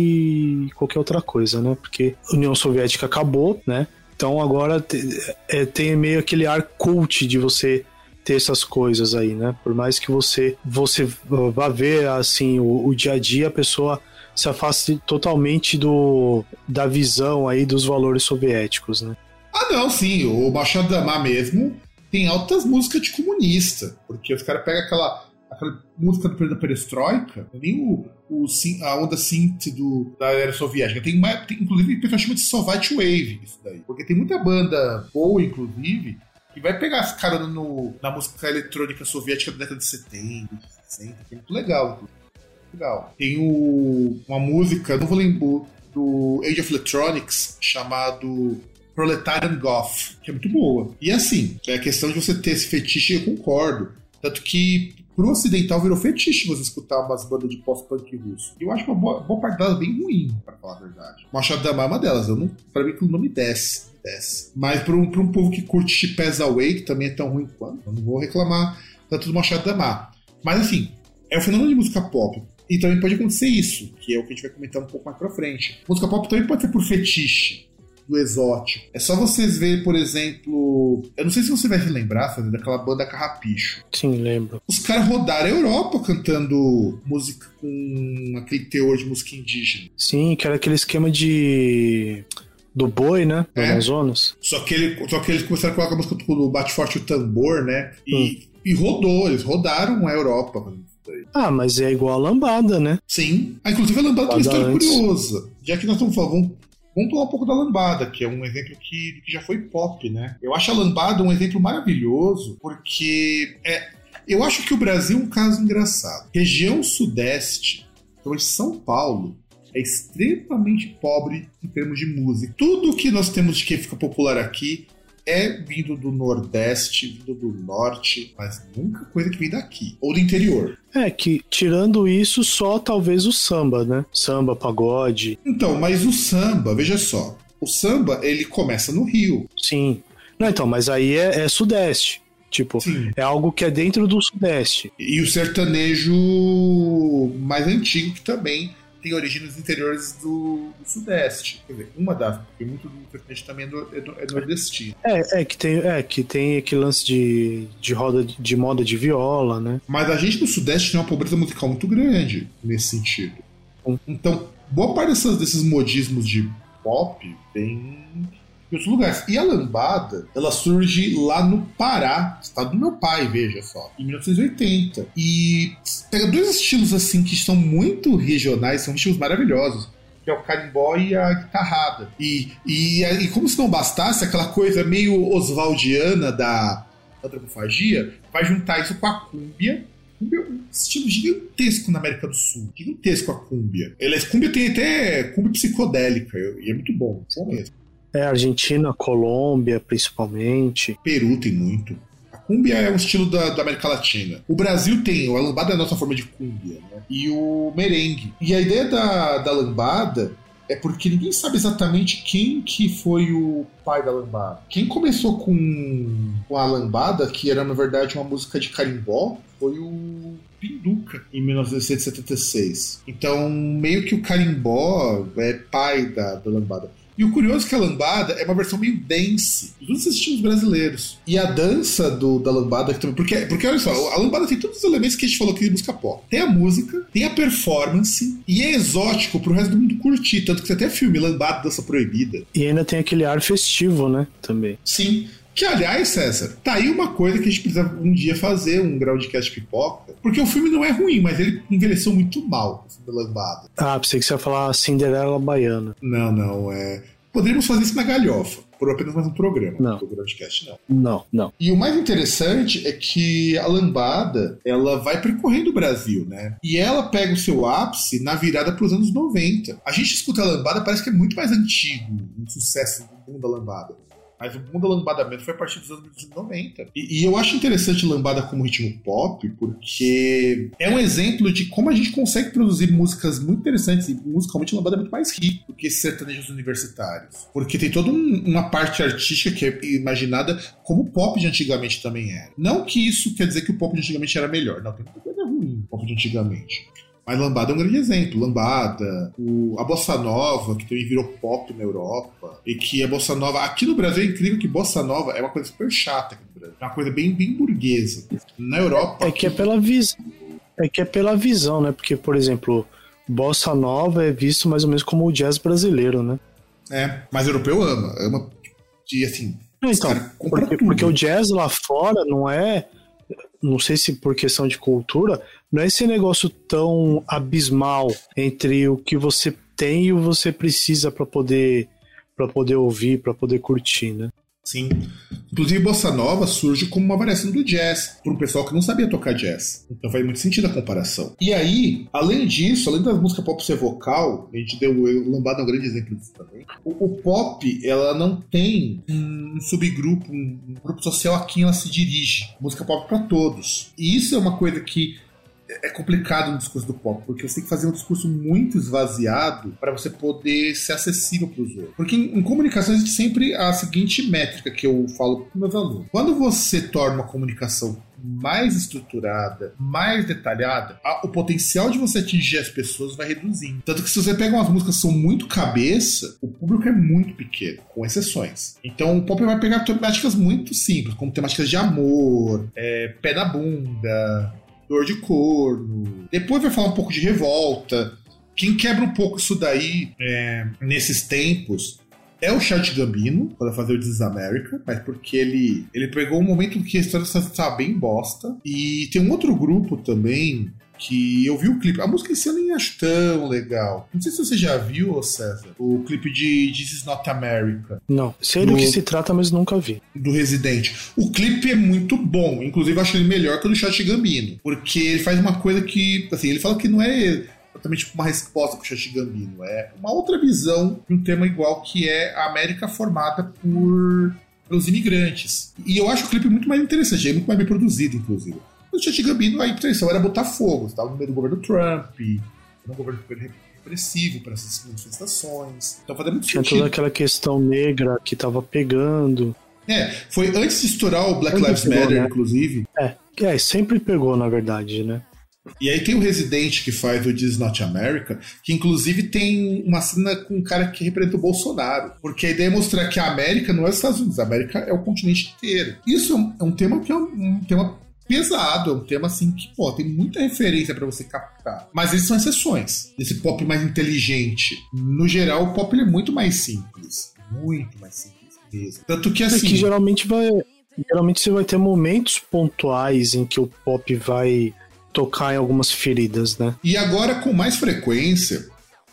que qualquer outra coisa, né? Porque a União Soviética acabou, né? Então agora é, tem meio aquele ar cult de você ter essas coisas aí, né? Por mais que você, você vá ver, assim, o, o dia a dia, a pessoa se afaste totalmente do, da visão aí dos valores soviéticos, né? Ah, não, sim. O Machado de Assis mesmo tem altas músicas de comunista, porque os caras pegam aquela, aquela música do período da perestroika, nem o, o, a onda synth do, da era soviética. Tem, uma, tem inclusive, o pessoal chama de Soviet Wave, isso daí. Porque tem muita banda boa, inclusive, que vai pegar as caras na música eletrônica soviética da década de setenta, sessenta, que é muito legal. legal. Tem o, uma música, não vou lembrar, do Age of Electronics, chamado Proletarian Goth, que é muito boa. E assim, é a questão de você ter esse fetiche, eu concordo. Tanto que pro ocidental virou fetiche você escutar umas bandas de post-punk russo. Eu acho uma boa, boa parte delas bem ruim, pra falar a verdade. Machado de Assis é uma delas, eu não, pra mim que o nome desce. desce. Mas pra um, pra um povo que curte She Pass Away, que também é tão ruim quanto, eu não vou reclamar tanto do Machado de Assis. Mas assim, é um fenômeno de música pop. E também pode acontecer isso, que é o que a gente vai comentar um pouco mais pra frente. Música pop também pode ser por fetiche, do exótico. É só vocês verem, por exemplo... Eu não sei se você vai se lembrar, Fazenda, daquela banda Carrapicho. Sim, lembro. Os caras rodaram a Europa cantando música com aquele teor de música indígena. Sim, que era aquele esquema de... do boi, né? Do é. Amazonas. Só que, ele, só que eles começaram a colocar a música do Bate Forte o Tambor, né? E, hum. e rodou, eles rodaram a Europa. Ah, mas é igual a lambada, né? Sim. Ah, inclusive a lambada tem uma história antes. curiosa. Já que nós estamos falando, vamos, vamos falar um pouco da lambada, que é um exemplo que, que já foi pop, né? Eu acho a lambada um exemplo maravilhoso, porque é, eu acho que o Brasil é um caso engraçado. Região sudeste, então de São Paulo, é extremamente pobre em termos de música. Tudo que nós temos de que fica popular aqui é vindo do Nordeste, vindo do Norte, mas nunca coisa que vem daqui. Ou do interior. É, que tirando isso, só talvez o samba, né? Samba, pagode. Então, mas o samba, veja só. O samba, ele começa no Rio. Sim. Não, então, mas aí é, é Sudeste. Tipo, Sim. é algo que é dentro do Sudeste. E o sertanejo mais antigo, que também tem origem nos interiores do, do Sudeste. Quer dizer, uma das, porque muito do sertanejo também é, do, é, do, é nordestino. É, é, que tem, é que tem aquele lance de, de roda de moda de viola, né? Mas a gente no Sudeste tem uma pobreza musical muito grande nesse sentido. Hum. Então, boa parte dessas, desses modismos de pop vem em outros lugares. E a lambada, ela surge lá no Pará, estado do meu pai, veja só, em mil novecentos e oitenta. E pega dois estilos assim que são muito regionais, são estilos maravilhosos, que é o carimbó e a guitarrada. E, e, e como se não bastasse, aquela coisa meio oswaldiana da antropofagia, vai juntar isso com a cúmbia. Cúmbia é um estilo gigantesco na América do Sul. Gigantesco a cúmbia. A cúmbia tem até cúmbia psicodélica, e é muito bom, bom mesmo. É, Argentina, Colômbia, principalmente. Peru tem muito. A cúmbia é um estilo da, da América Latina. O Brasil tem, a lambada é a nossa forma de cúmbia, né? E o merengue. E a ideia da, da lambada é porque ninguém sabe exatamente quem que foi o pai da lambada. Quem começou com, com a lambada, que era na verdade uma música de carimbó, foi o Pinduca, em mil novecentos e setenta e seis. Então, meio que o carimbó é pai da, da lambada. E o curioso é que a lambada é uma versão meio dance de todos os estilos brasileiros. E a dança do, da lambada também. Porque, porque olha só, a lambada tem todos os elementos que a gente falou aqui de música pop. Tem a música, tem a performance, e é exótico pro resto do mundo curtir. Tanto que tem até filme, Lambada, Dança Proibida. E ainda tem aquele ar festivo, né? Também. Sim. Que, aliás, César, tá aí uma coisa que a gente precisa um dia fazer, um Groundcast Pipoca. Porque o filme não é ruim, mas ele envelheceu muito mal, o filme Lambada. Ah, pensei que você ia falar Cinderela Baiana. Não, não, é... Poderíamos fazer isso na galhofa, por apenas mais um programa. Não. Do Groundcast, não. Não, não. E o mais interessante é que a lambada, ela vai percorrendo o Brasil, né? E ela pega o seu ápice na virada para os anos noventa. A gente escuta a lambada, parece que é muito mais antigo, um sucesso do mundo da lambada. Mas o boom da lambada mesmo foi a partir dos anos noventa. E, e eu acho interessante lambada como ritmo pop, porque é um exemplo de como a gente consegue produzir músicas muito interessantes, e musicalmente lambada é muito mais rico do que esses sertanejos universitários. Porque tem toda um, uma parte artística que é imaginada como o pop de antigamente também era. Não que isso quer dizer que o pop de antigamente era melhor, não, tem muita coisa ruim no pop de antigamente. Mas lambada é um grande exemplo. Lambada, o, a bossa nova, que também virou pop na Europa, e que a bossa nova... Aqui no Brasil é incrível que bossa nova é uma coisa super chata aqui no Brasil. É uma coisa bem, bem burguesa. Na Europa... É que é pela visão, é que é pela visão, né? Porque, por exemplo, bossa nova é visto mais ou menos como o jazz brasileiro, né? É, mas o europeu ama. Ama de, assim... Então, porque, porque o jazz lá fora não é... Não sei se por questão de cultura, não é esse negócio tão abismal entre o que você tem e o que você precisa para poder, para poder ouvir, para poder curtir, né? Sim. Inclusive, bossa nova surge como uma variação do jazz, para um pessoal que não sabia tocar jazz. Então faz muito sentido a comparação. E aí, além disso, além da música pop ser vocal, a gente deu o lambada é um grande exemplo disso também. O, o pop, ela não tem um subgrupo, um, um grupo social a quem ela se dirige. Música pop para todos. E isso é uma coisa que é complicado no discurso do pop, porque você tem que fazer um discurso muito esvaziado para você poder ser acessível para os outros. Porque em, em comunicação existe sempre a seguinte métrica que eu falo para os meus alunos. Quando você torna uma comunicação mais estruturada, mais detalhada, a, o potencial de você atingir as pessoas vai reduzindo. Tanto que se você pega umas músicas que são muito cabeça, o público é muito pequeno, com exceções. Então o pop vai pegar temáticas muito simples, como temáticas de amor, é, pé na bunda, dor de corno. Depois vai falar um pouco de revolta. Quem quebra um pouco isso daí é, nesses tempos é o Childish Gambino, para fazer o This Is America, mas porque ele, ele pegou um momento que a história estava bem bosta. E tem um outro grupo também que eu vi o clipe. A música em si eu nem acho tão legal. Não sei se você já viu, César, o clipe de This Is Not America. Não, sei do, do que se trata, mas nunca vi. Do Resident. O clipe é muito bom. Inclusive, eu acho ele melhor que o do Childish Gambino. Porque ele faz uma coisa que... Assim, ele fala que não é exatamente uma resposta pro Childish Gambino. É uma outra visão de um tema igual, que é a América formada por... pelos imigrantes. E eu acho o clipe muito mais interessante. É muito mais bem produzido, inclusive. O Childish Gambino, a intenção era botar fogo. Estava no meio do governo Trump, era um governo repressivo para essas manifestações. Então fazia muito Tinha sentido. toda aquela questão negra que estava pegando. É, foi antes de estourar o Black Lives Matter, né? Inclusive. É, é, sempre pegou, na verdade, né? E aí tem o Resident que faz o This Is Not America, que inclusive tem uma cena com um cara que representa o Bolsonaro. Porque a ideia é mostrar que a América não é os Estados Unidos, a América é o continente inteiro. Isso é um, é um tema que é um, um tema pesado, é um tema assim que, pô, tem muita referência pra você captar. Mas eles são exceções. Esse pop mais inteligente. No geral, o pop ele é muito mais simples. Muito mais simples mesmo. Tanto que assim... É que geralmente vai... Geralmente você vai ter momentos pontuais em que o pop vai tocar em algumas feridas, né? E agora com mais frequência,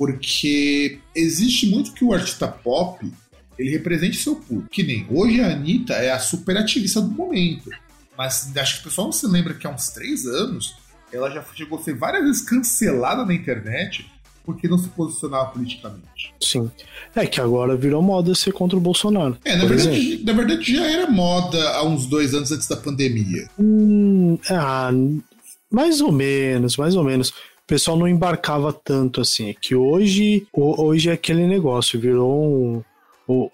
porque existe muito que o artista pop ele represente seu público. Que nem hoje a Anitta é a super ativista do momento. Mas acho que o pessoal não se lembra que há uns três anos ela já chegou a ser várias vezes cancelada na internet porque não se posicionava politicamente. Sim. É que agora virou moda ser contra o Bolsonaro. É, na verdade, na verdade já era moda há uns dois anos antes da pandemia. Hum, ah, mais ou menos, mais ou menos. O pessoal não embarcava tanto assim. É que hoje, hoje é aquele negócio, virou um... O,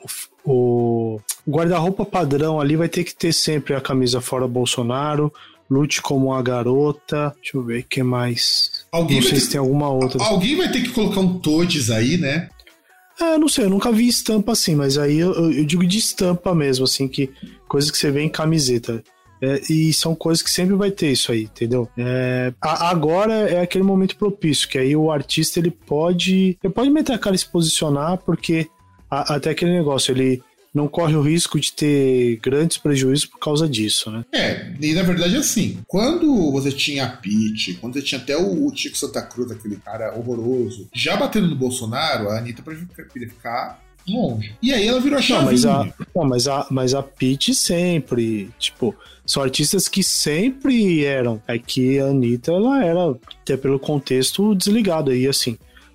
o guarda-roupa padrão ali vai ter que ter sempre a camisa fora Bolsonaro, lute como uma garota. Deixa eu ver o que mais. Alguém não sei ter, se tem alguma outra. Alguém vai ter que colocar um Todes aí, né? É, não sei, eu nunca vi estampa assim, mas aí eu, eu digo de estampa mesmo, assim, que coisas que você vê em camiseta. É, e são coisas que sempre vai ter isso aí, entendeu? É, a, agora é aquele momento propício, que aí o artista ele pode, ele pode meter a cara e se posicionar, porque a, até aquele negócio, ele não corre o risco de ter grandes prejuízos por causa disso, né? É, e na verdade é assim, quando você tinha a Pitty, quando você tinha até o, o Chico Santa Cruz, aquele cara horroroso, já batendo no Bolsonaro, a Anitta preferia ficar longe. E aí ela virou a chavinha. Não, mas a, não, mas a, mas a Pitty sempre, tipo, são artistas que sempre eram. É que a Anitta, ela era, até pelo contexto, desligada aí, assim.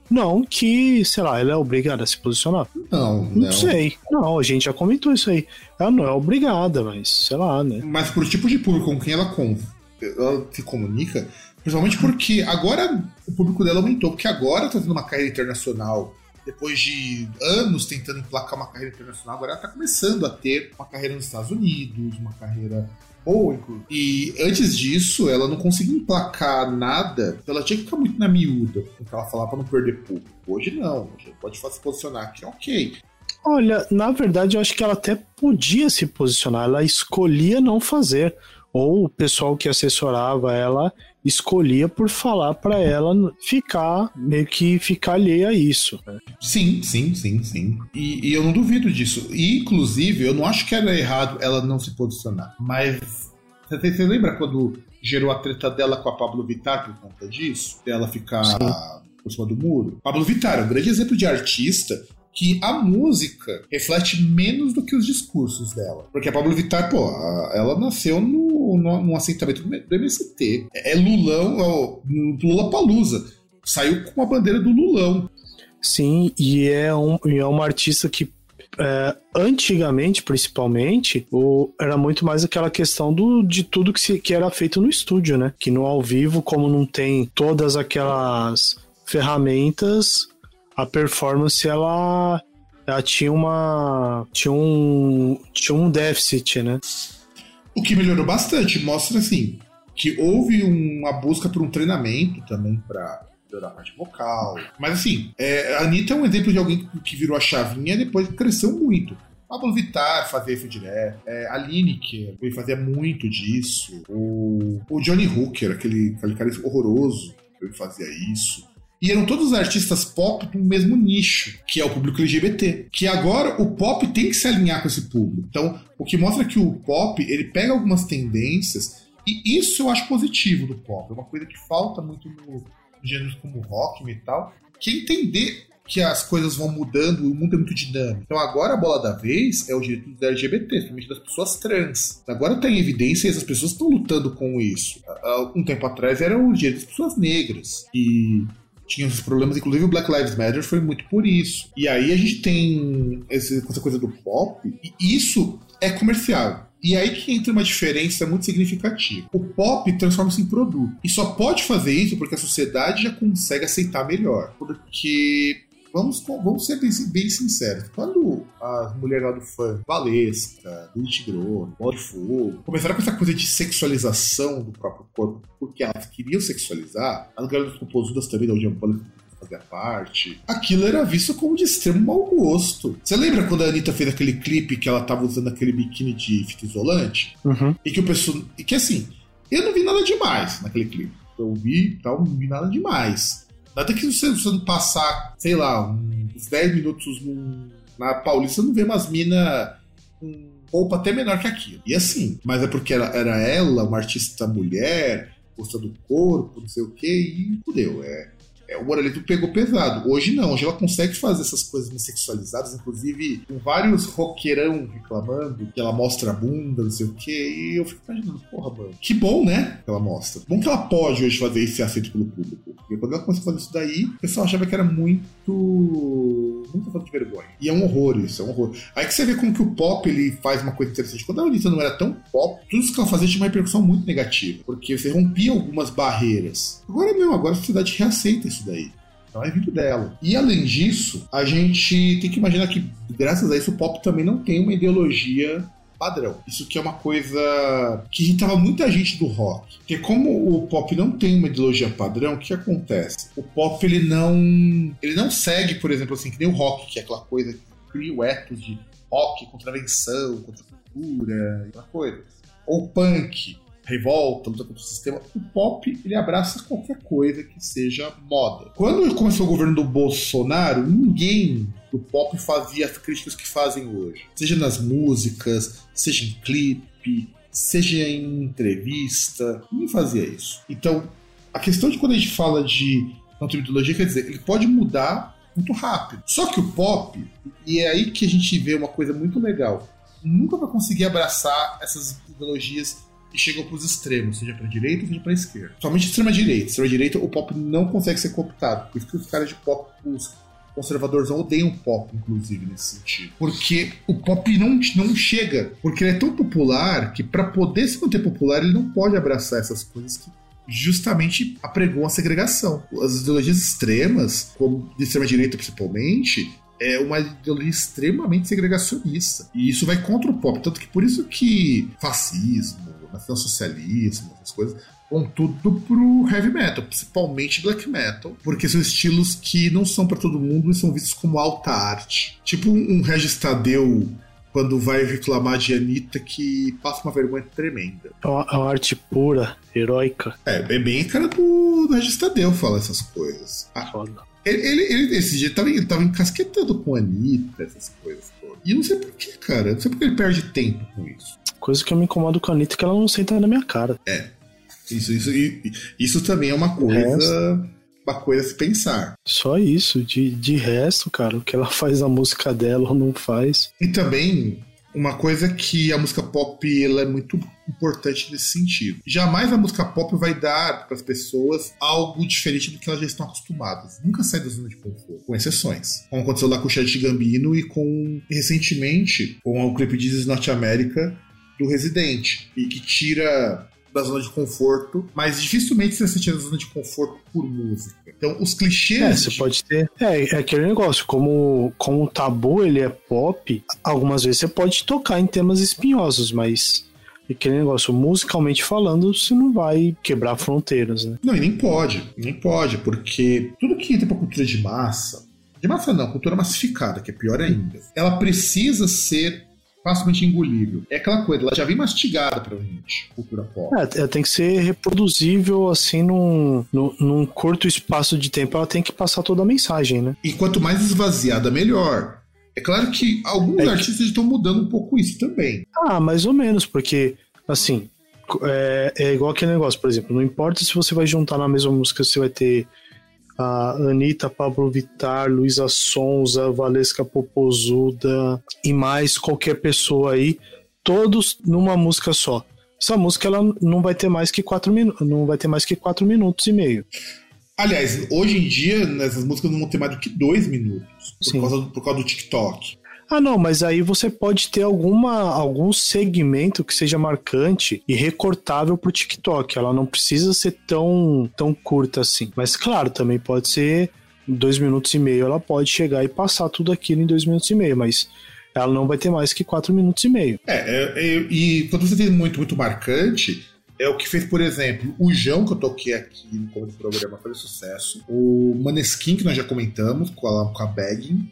Não que, sei lá, ela é obrigada a se posicionar. Não, não. Não sei. Não, a gente já comentou isso aí. Ela não é obrigada, mas sei lá, né? Mas pro tipo de público com quem ela, com... ela se comunica, principalmente porque agora o público dela aumentou, porque agora tá tendo uma carreira internacional. Depois de anos tentando emplacar uma carreira internacional, agora ela tá começando a ter uma carreira nos Estados Unidos, uma carreira boa, inclusive. E antes disso, ela não conseguia emplacar nada, então ela tinha que ficar muito na miúda, com o que ela falava pra não perder público. Hoje não, hoje pode se posicionar aqui, ok. Olha, na verdade eu acho que ela até podia se posicionar, ela escolhia não fazer. Ou o pessoal que assessorava ela escolhia por falar pra ela ficar, meio que ficar alheia a isso. Né? Sim, sim, sim, sim. E, e eu não duvido disso. E, inclusive, eu não acho que era errado ela não se posicionar. Mas você, você lembra quando gerou a treta dela com a Pablo Vittar por conta disso? Dela ficar sim. por cima do muro? Pablo Vittar é um grande exemplo de artista que a música reflete menos do que os discursos dela. Porque a Pablo Vittar, pô, ela nasceu no, no, num assentamento do M S T. É Lulão, é Lula-Palusa. Saiu com a bandeira do Lulão. Sim, e é, um, e é uma artista que é, antigamente, principalmente, o, era muito mais aquela questão do, de tudo que, se, que era feito no estúdio, né? Que no ao vivo, como não tem todas aquelas ferramentas, a performance, ela, ela tinha uma tinha um, tinha um déficit, né? O que melhorou bastante, mostra, assim, que houve uma busca por um treinamento também para melhorar a parte vocal. Mas, assim, é, a Anitta é um exemplo de alguém que virou a chavinha e depois cresceu muito. Pablo Vittar fazia isso direto. É, a Lineker, ele fazia muito disso. O, o Johnny Hooker, aquele, aquele cara horroroso, ele fazia isso. E eram todos artistas pop do mesmo nicho, que é o público L G B T. Que agora o pop tem que se alinhar com esse público. Então, o que mostra que o pop, ele pega algumas tendências, e isso eu acho positivo do pop. É uma coisa que falta muito no gêneros como rock, metal, que é entender que as coisas vão mudando, o mundo é muito dinâmico. Então agora a bola da vez é o direito da L G B T, principalmente das pessoas trans. Agora tem evidência e as pessoas estão lutando com isso. Há um tempo atrás era o direito das pessoas negras. E tinha esses problemas, inclusive o Black Lives Matter foi muito por isso. E aí a gente tem essa coisa do pop, e isso é comercial. E aí que entra uma diferença muito significativa. O pop transforma-se em produto. E só pode fazer isso porque a sociedade já consegue aceitar melhor. Porque, vamos, vamos ser bem, bem sinceros, quando as mulheres lá do funk, Valesca, Lili Tigrone, Bola de Fogo, começaram com essa coisa de sexualização do próprio corpo, porque elas queriam sexualizar, as garotas composudas também da Audião Pânico fazia parte, aquilo era visto como de extremo mau gosto. Você lembra quando a Anitta fez aquele clipe que ela tava usando aquele biquíni de fita isolante? Uhum. E que o pessoal... E que assim, eu não vi nada demais naquele clipe. Eu vi e tal, não vi nada demais. Nada que você, você não passar, sei lá, uns dez minutos num, na Paulista, você não vê umas minas com roupa até menor que aquilo. E assim, mas é porque era, era ela, uma artista mulher, gostando do corpo, não sei o que, e fudeu, é... É, o moralismo pegou pesado. Hoje não, hoje ela consegue fazer essas coisas mais sexualizadas, inclusive com vários roqueirão reclamando que ela mostra a bunda, não sei o que, e eu fico imaginando, porra, mano, que bom, né, que ela mostra. Bom que ela pode hoje fazer isso e ser aceito pelo público. Porque quando ela começou a fazer isso daí, o pessoal achava que era muito... muito falta de vergonha. E é um horror isso, é um horror. Aí que você vê como que o pop, ele faz uma coisa interessante. Quando a Anitta não era tão pop, tudo isso que ela fazia tinha uma repercussão muito negativa, porque você rompia algumas barreiras. Agora não, agora a sociedade reaceita isso daí. Então é vindo dela. E além disso, a gente tem que imaginar que, graças a isso, o pop também não tem uma ideologia padrão. Isso que é uma coisa que irritava muita gente do rock. Porque como o pop não tem uma ideologia padrão, o que acontece? O pop, ele não ele não segue, por exemplo, assim, que nem o rock, que é aquela coisa que cria o ethos de rock, contravenção, contra a cultura, aquela coisa. Ou punk, revolta, luta contra o sistema. O pop, ele abraça qualquer coisa que seja moda. Quando começou o governo do Bolsonaro, ninguém do pop fazia as críticas que fazem hoje. Seja nas músicas, seja em clipe, seja em entrevista. Ninguém fazia isso. Então, a questão de quando a gente fala de não ter ideologia, quer dizer, ele pode mudar muito rápido. Só que o pop, e é aí que a gente vê uma coisa muito legal, nunca vai conseguir abraçar essas ideologias e chegou pros extremos, seja pra direita, seja pra esquerda. Somente extrema-direita. Extrema-direita, o pop não consegue ser cooptado. Por isso que os caras de pop, os conservadores odeiam pop, inclusive, nesse sentido. Porque o pop não, não chega. Porque ele é tão popular que pra poder se manter popular, ele não pode abraçar essas coisas que justamente apregoam a segregação. As ideologias extremas, como de extrema-direita principalmente, é uma ideologia extremamente segregacionista. E isso vai contra o pop. Tanto que por isso que fascismo, nacionalsocialismo, essas coisas, vão tudo pro heavy metal, principalmente black metal, porque são estilos que não são pra todo mundo e são vistos como alta arte. Tipo um Regis Tadeu quando vai reclamar de Anitta, que passa uma vergonha tremenda. É uma, é uma arte pura, heróica. É, é bem a cara do, do Regis Tadeu falar essas coisas. Ah, Foda. Ele, ele, ele, esse dia tava, ele tava encasquetando com a Anitta, essas coisas todas. E eu não sei porquê, cara. Não sei porque ele perde tempo com isso. Coisa que eu me incomodo com a Anitta é que ela não senta na minha cara. É. Isso, isso, isso também é uma coisa. Uma coisa a se pensar. Só isso. De, de resto, cara, o que ela faz na música dela ou não faz. E também, uma coisa que a música pop ela é muito importante nesse sentido. Jamais a música pop vai dar para as pessoas algo diferente do que elas já estão acostumadas. Nunca sai da zona de conforto, com exceções. Como aconteceu lá com o Chad Gambino e com, recentemente, com o clipe de This Is Not America do Resident, e que tira da zona de conforto, mas dificilmente você tira da zona de conforto por música. Então, os clichês... É, você de... pode ter... É, é aquele negócio, como, como o tabu, ele é pop, algumas vezes você pode tocar em temas espinhosos, mas... Aquele negócio, musicalmente falando, você não vai quebrar fronteiras, né? Não, e nem pode, nem pode, porque tudo que entra pra cultura de massa, de massa não, cultura massificada, que é pior ainda, ela precisa ser facilmente engolível. É aquela coisa, ela já vem mastigada pra gente, cultura pop. É, ela tem que ser reproduzível, assim, num, num, num curto espaço de tempo, ela tem que passar toda a mensagem, né? E quanto mais esvaziada, melhor. É claro que alguns é artistas que... estão mudando um pouco isso também. Ah, mais ou menos, porque, assim, é, é igual aquele negócio, por exemplo, não importa se você vai juntar na mesma música, você vai ter a Anitta, Pablo Vittar, Luísa Sonza, Valesca Popozuda e mais qualquer pessoa aí, todos numa música só. Essa música ela não vai ter mais que quatro minutos, não vai ter mais que quatro minutos e meio. Aliás, hoje em dia, essas músicas não vão ter mais do que dois minutos. Por causa, do, por causa do TikTok. Ah, não, mas aí você pode ter alguma, algum segmento que seja marcante e recortável pro TikTok. Ela não precisa ser tão, tão curta assim. Mas, claro, também pode ser dois minutos e meio. Ela pode chegar e passar tudo aquilo em dois minutos e meio, mas ela não vai ter mais que quatro minutos e meio. É, é, é e quando você tem muito, muito marcante... É o que fez, por exemplo, o João, que eu toquei aqui no começo do programa, foi sucesso. O Maneskin, que nós já comentamos, com a, com a Bagging.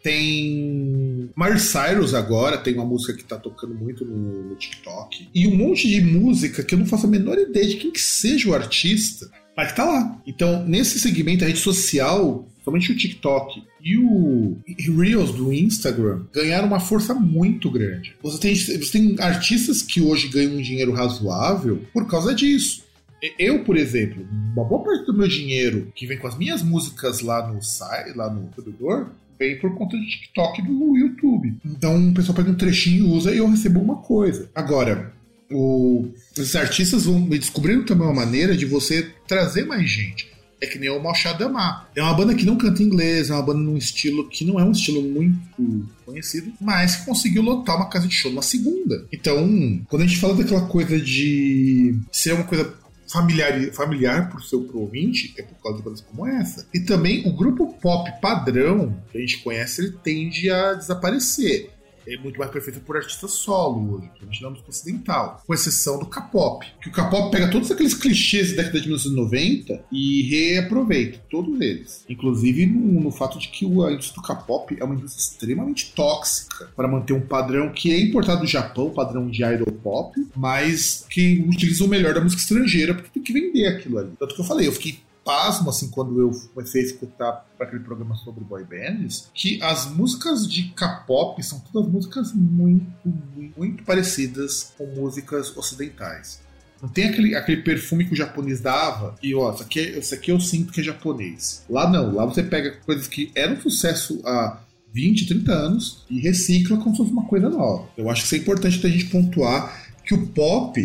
Tem Miley Cyrus agora, tem uma música que tá tocando muito no, no TikTok. E um monte de música que eu não faço a menor ideia de quem que seja o artista, mas que tá lá. Então, nesse segmento, a rede social... Somente o TikTok e o Reels do Instagram ganharam uma força muito grande. Você tem, você tem artistas que hoje ganham um dinheiro razoável por causa disso. Eu, por exemplo, uma boa parte do meu dinheiro que vem com as minhas músicas lá no site, lá no servidor, vem por conta do TikTok e do YouTube. Então o pessoal pega um trechinho e usa e eu recebo uma coisa. Agora, o, esses artistas vão descobrindo também uma maneira de você trazer mais gente. É que nem o Malchadamá. É uma banda que não canta inglês, é uma banda num estilo que não é um estilo muito conhecido, mas que conseguiu lotar uma casa de show numa segunda. Então, quando a gente fala daquela coisa de ser uma coisa familiar, familiar pro seu pro ouvinte, é por causa de bandas como essa. E também o grupo pop padrão que a gente conhece, ele tende a desaparecer. É muito mais perfeito por artista solo hoje, principalmente na música ocidental, com exceção do K-pop. Que o K-pop pega todos aqueles clichês da década de mil novecentos e noventa e reaproveita todos eles. Inclusive no, no fato de que a indústria do K-pop é uma indústria extremamente tóxica para manter um padrão que é importado do Japão, padrão de idol pop, mas que utiliza o melhor da música estrangeira porque tem que vender aquilo ali. Tanto que eu falei, eu fiquei pasmo, assim, quando eu comecei a escutar para aquele programa sobre boy bands, que as músicas de K-pop são todas músicas muito, muito, muito parecidas com músicas ocidentais. Não tem aquele, aquele perfume que o japonês dava e, ó, isso aqui, isso aqui eu sinto que é japonês. Lá não, lá você pega coisas que eram sucesso há vinte, trinta anos e recicla como se fosse uma coisa nova. Eu acho que isso é importante da gente pontuar que o pop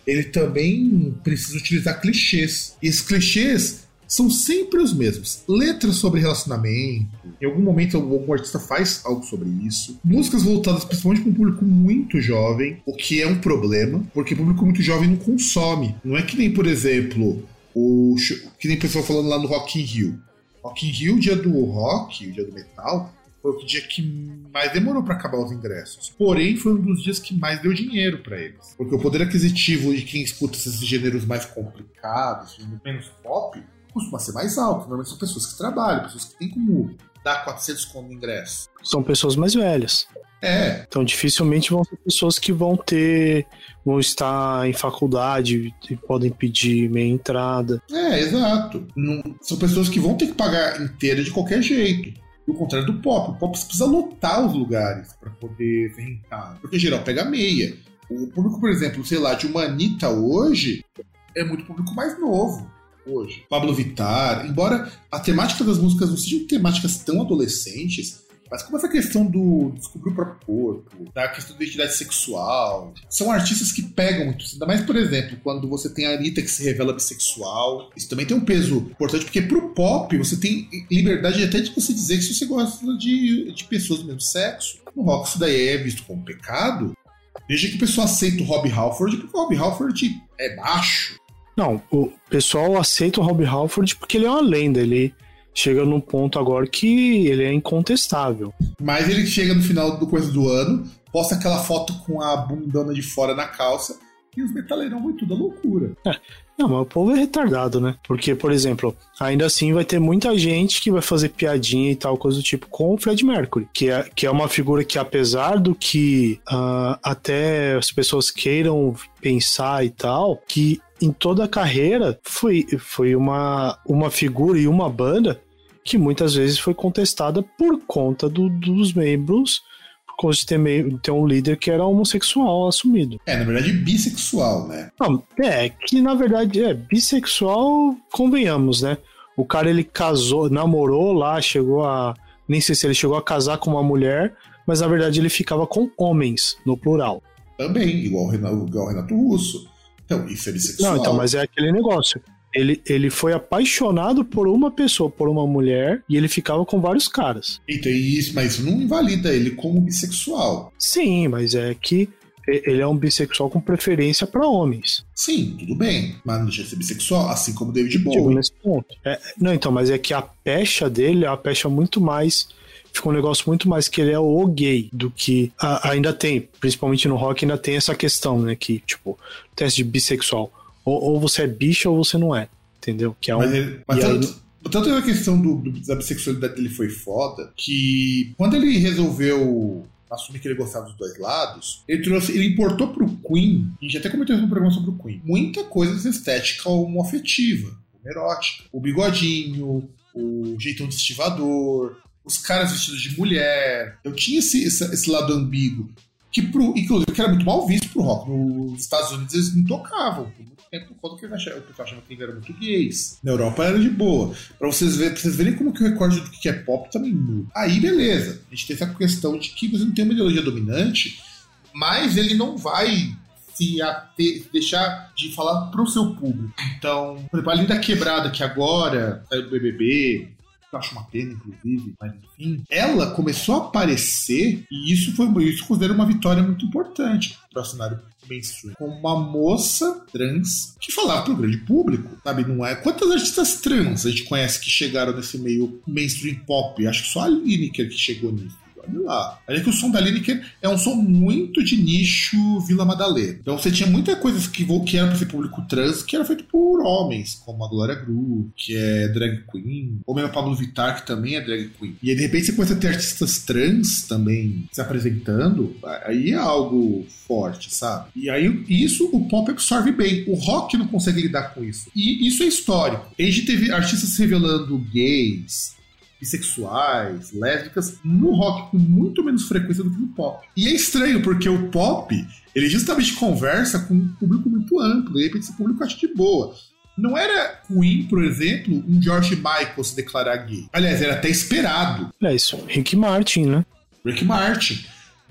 ele também precisa utilizar clichês. E esses clichês são sempre os mesmos. Letras sobre relacionamento, em algum momento algum artista faz algo sobre isso. Músicas voltadas principalmente para um público muito jovem, o que é um problema, porque o público muito jovem não consome. Não é que nem, por exemplo, o que nem o pessoal falando lá no Rock in Rio. Rock in Rio, o dia do rock, o dia do metal, foi o dia que mais demorou para acabar os ingressos. Porém, foi um dos dias que mais deu dinheiro para eles. Porque o poder aquisitivo de quem escuta esses gêneros mais complicados, menos pop, costuma ser mais alto. Normalmente são pessoas que trabalham, pessoas que têm como dar quatrocentos conto no ingresso. São pessoas mais velhas. É. Então dificilmente vão ser pessoas que vão ter, vão estar em faculdade e podem pedir meia entrada. É, exato. Não, são pessoas que vão ter que pagar inteira de qualquer jeito. Do contrário do pop. O pop precisa lotar os lugares para poder ser rentável. Porque em geral pega meia. O público, por exemplo, sei lá, de uma Anitta hoje é muito público mais novo. Hoje. Pablo Vittar, embora a temática das músicas não sejam temáticas tão adolescentes, mas como essa questão do descobrir o próprio corpo, da questão da identidade sexual, são artistas que pegam muito. Ainda mais, por exemplo, quando você tem a Anitta que se revela bissexual, isso também tem um peso importante, porque pro pop você tem liberdade até de você dizer que se você gosta de, de pessoas do mesmo sexo. No rock isso daí é visto como pecado. Veja que o pessoal aceita o Rob Halford, porque o Rob Halford é baixo. Não, o pessoal aceita o Rob Halford porque ele é uma lenda, ele chega num ponto agora que ele é incontestável. Mas ele chega no final do coisa do ano, posta aquela foto com a bundana de fora na calça e os metaleiros vão tudo à loucura. É, não, mas o povo é retardado, né? Porque, por exemplo, ainda assim vai ter muita gente que vai fazer piadinha e tal, coisa do tipo, com o Freddie Mercury, que é, que é uma figura que, apesar do que uh, até as pessoas queiram pensar e tal, que em toda a carreira foi, foi uma, uma figura e uma banda que muitas vezes foi contestada por conta do, dos membros, por conta de ter, meio, ter um líder que era homossexual assumido. É, na verdade, bissexual, né? Não, é, que na verdade é bissexual, convenhamos, né? O cara, ele casou, namorou lá, chegou a... Nem sei se ele chegou a casar com uma mulher, mas na verdade ele ficava com homens, no plural. Também, igual o Renato, igual o Renato Russo. Então, isso é bissexual. Não, então, mas é aquele negócio. Ele, ele foi apaixonado por uma pessoa, por uma mulher, e ele ficava com vários caras. Então, isso, mas isso não invalida ele como bissexual. Sim, mas é que ele é um bissexual com preferência para homens. Sim, tudo bem, mas não deixa de ser bissexual, assim como David Bowie. Bowie. Nesse ponto. É, não, então, mas é que a pecha dele é uma pecha muito mais... Fica um negócio muito mais que ele é o gay do que... A, ainda tem, principalmente no rock, ainda tem essa questão, né? Que, tipo, teste de bissexual. Ou, ou você é bicha ou você não é, entendeu? Que é um... Mas, ele, mas tanto, aí... tanto a questão do, do, da bissexualidade dele foi foda, que quando ele resolveu assumir que ele gostava dos dois lados, ele trouxe, ele importou pro Queen, a gente até comentou no programa sobre o Queen, muita coisa dessa estética homoafetiva, erótica. O bigodinho, o jeitão de estivador, os caras vestidos de mulher. Eu tinha esse, esse, esse lado ambíguo, que, pro, inclusive, que era muito mal visto pro rock. Nos Estados Unidos eles não tocavam por muito tempo, por conta que o pessoal achava que ele era muito gays. Na Europa era de boa. Pra vocês, ver, pra vocês verem como que o recorde do que é pop também muda. Aí, beleza. A gente tem essa questão de que você não tem uma ideologia dominante, mas ele não vai se ater, deixar de falar pro seu público. Então, por exemplo, a Linda Quebrada, que agora saiu do B B B, eu acho uma pena, inclusive, mas enfim, ela começou a aparecer, e isso foi isso considero uma vitória muito importante para o cenário mainstream, como uma moça trans que falava para o grande público, sabe? Não é? Quantas artistas trans a gente conhece que chegaram nesse meio mainstream pop? Acho que só a Lineker que chegou nisso. Olha lá. Olha que o som da Lineker é um som muito de nicho Vila Madalena. Então você tinha muita coisa que, que era para ser público trans que era feito por homens, como a Glória Groove, que é drag queen, ou mesmo a Pablo Vittar, que também é drag queen. E aí, de repente você começa a ter artistas trans também se apresentando, aí é algo forte, sabe? E aí isso o pop absorve bem. O rock não consegue lidar com isso. E isso é histórico. A gente teve artistas se revelando gays, bissexuais, lésbicas, no rock com muito menos frequência do que no pop. E é estranho, porque o pop, ele justamente conversa com um público muito amplo, e de repente esse público acha de boa. Não era ruim, por exemplo, um George Michael se declarar gay. Aliás, era até esperado. É isso, Rick Martin, né? Rick Martin.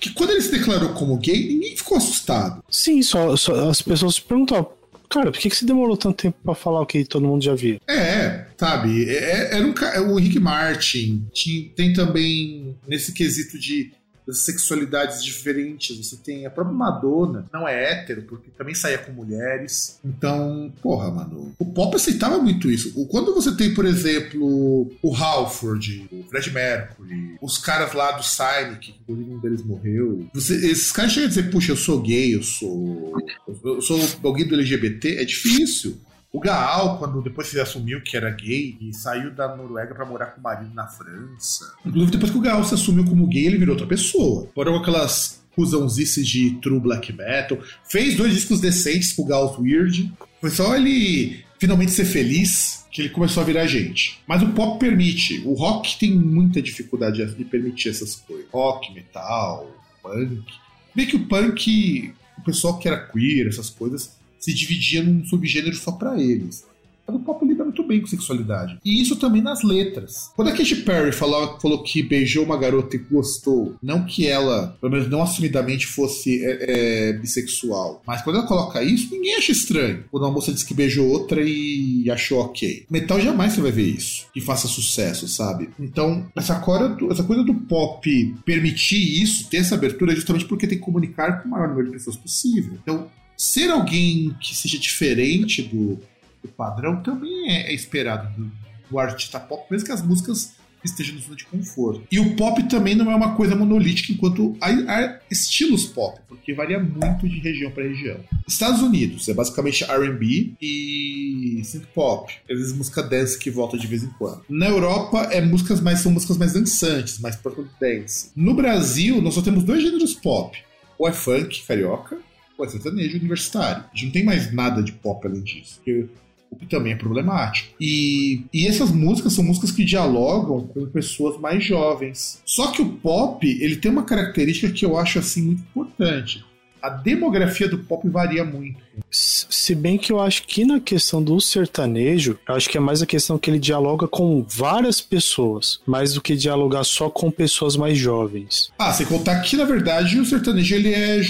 que quando ele se declarou como gay, ninguém ficou assustado. Sim, só, só as pessoas se perguntavam, cara, por que, que você demorou tanto tempo pra falar o que todo mundo já via? É, sabe, é, era um, o Rick Martin, tinha, tem também nesse quesito de sexualidades diferentes, você tem a própria Madonna, não é hétero, porque também saía com mulheres, então, porra, mano, o pop aceitava muito isso. Quando você tem, por exemplo, o Halford, o Fred Mercury, os caras lá do Silent, que inclusive um deles morreu, você, esses caras chegam a dizer, puxa, eu sou gay, eu sou eu sou alguém do L G B T, é difícil. O Gaal, quando depois se assumiu que era gay e saiu da Noruega pra morar com o marido na França. Inclusive, depois que o Gaal se assumiu como gay, ele virou outra pessoa. Foram aquelas cuzãozices de true black metal. Fez dois discos decentes com o Gaal Weird. Foi só ele finalmente ser feliz que ele começou a virar gente. Mas o pop permite. O rock tem muita dificuldade de permitir essas coisas. Rock, metal, punk. Bem que o punk, o pessoal que era queer, essas coisas, se dividia num subgênero só pra eles. Mas o pop lida muito bem com sexualidade. E isso também nas letras. Quando a Katy Perry falou, falou que beijou uma garota e gostou, não que ela, pelo menos não assumidamente, fosse é, é, bissexual, mas quando ela coloca isso, ninguém acha estranho. Quando uma moça diz que beijou outra e achou ok. Metal jamais você vai ver isso, que faça sucesso, sabe? Então, essa coisa do, essa coisa do pop permitir isso, ter essa abertura, é justamente porque tem que comunicar com o maior número de pessoas possível. Então, ser alguém que seja diferente do, do padrão também é, é esperado do, do artista pop, mesmo que as músicas estejam no zona de conforto. E o pop também não é uma coisa monolítica enquanto há, há estilos pop, porque varia muito de região para região. Estados Unidos é basicamente R and B e synth pop, às vezes música dance que volta de vez em quando. Na Europa é músicas mais, são músicas mais dançantes, mais proto dance. No Brasil nós só temos dois gêneros pop, ou é funk carioca, é sertanejo universitário. A gente não tem mais nada de pop além disso, porque o que também é problemático. E, e essas músicas são músicas que dialogam com pessoas mais jovens. Só que o pop, ele tem uma característica que eu acho assim muito importante. A demografia do pop varia muito. Se bem que eu acho que na questão do sertanejo, eu acho que é mais a questão que ele dialoga com várias pessoas, mais do que dialogar só com pessoas mais jovens. Ah, sem contar que, na verdade, o sertanejo ele é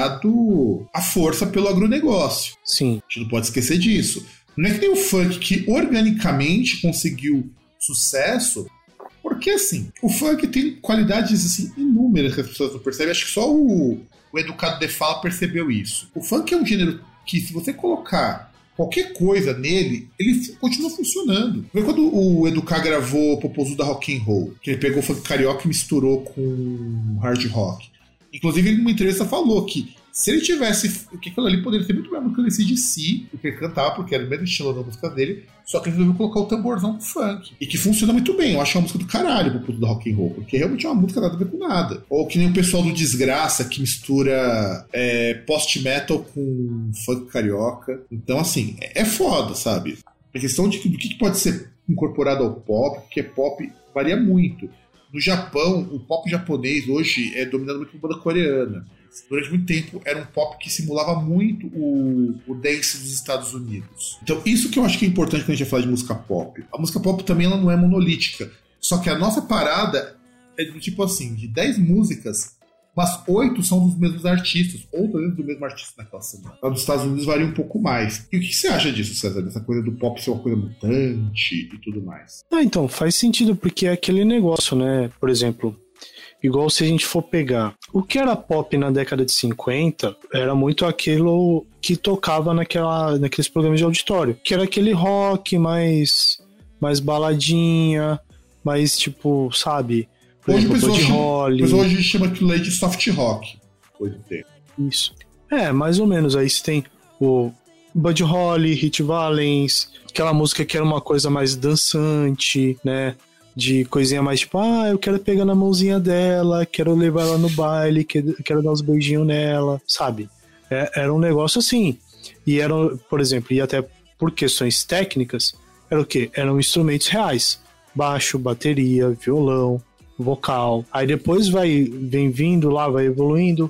jogado à força pelo agronegócio. Sim. A gente não pode esquecer disso. Não é que nem o funk que organicamente conseguiu sucesso, porque, assim, o funk tem qualidades assim, inúmeras que as pessoas não percebem. Acho que só o... O Educado de Fala percebeu isso. O funk é um gênero que, se você colocar qualquer coisa nele, ele continua funcionando. Foi quando o Educado gravou Popozuda Rock and Roll, que ele pegou o funk carioca e misturou com hard rock. Inclusive, ele numa entrevista falou que se ele tivesse... que aquilo ali poderia ser muito mais do que o C D C, o que ele cantava, porque era o mesmo estilo da música dele, só que ele resolveu colocar o tamborzão do funk. E que funciona muito bem. Eu acho uma música do caralho pro do rock and roll, porque realmente é uma música nada a ver com nada. Ou que nem o pessoal do Desgraça, que mistura é, post-metal com funk carioca. Então, assim, é, é foda, sabe? A questão de, do que pode ser incorporado ao pop, porque pop varia muito. No Japão, o pop japonês hoje é dominado muito por banda coreana. Durante muito tempo era um pop que simulava muito o, o dance dos Estados Unidos. Então isso que eu acho que é importante quando a gente vai falar de música pop. A música pop também ela não é monolítica. Só que a nossa parada é do tipo assim, de dez músicas, mas oito são dos mesmos artistas, ou talvez do mesmo artista naquela semana. Lá nos Estados Unidos varia um pouco mais. E o que você acha disso, César? Dessa coisa do pop ser uma coisa mutante e tudo mais? Ah, então, faz sentido, porque é aquele negócio, né? Por exemplo, igual se a gente for pegar o que era pop na década de cinquenta, era muito aquilo que tocava naquela, naqueles programas de auditório, que era aquele rock mais, mais baladinha, mais tipo, sabe... Por hoje exemplo, o pessoal, Holly. Chama, hoje a gente chama aquilo aí de soft rock. Depois do tempo. Isso. É, mais ou menos. Aí você tem o Buddy Holly, Hit Valens, aquela música que era uma coisa mais dançante, né? De coisinha mais tipo, ah, eu quero pegar na mãozinha dela, quero levar ela no baile, quero dar uns beijinhos nela, sabe? É, era um negócio assim. E eram, por exemplo, e até por questões técnicas, era o quê? Eram instrumentos reais. Baixo, bateria, violão, vocal. Aí depois vai, vem vindo lá, vai evoluindo,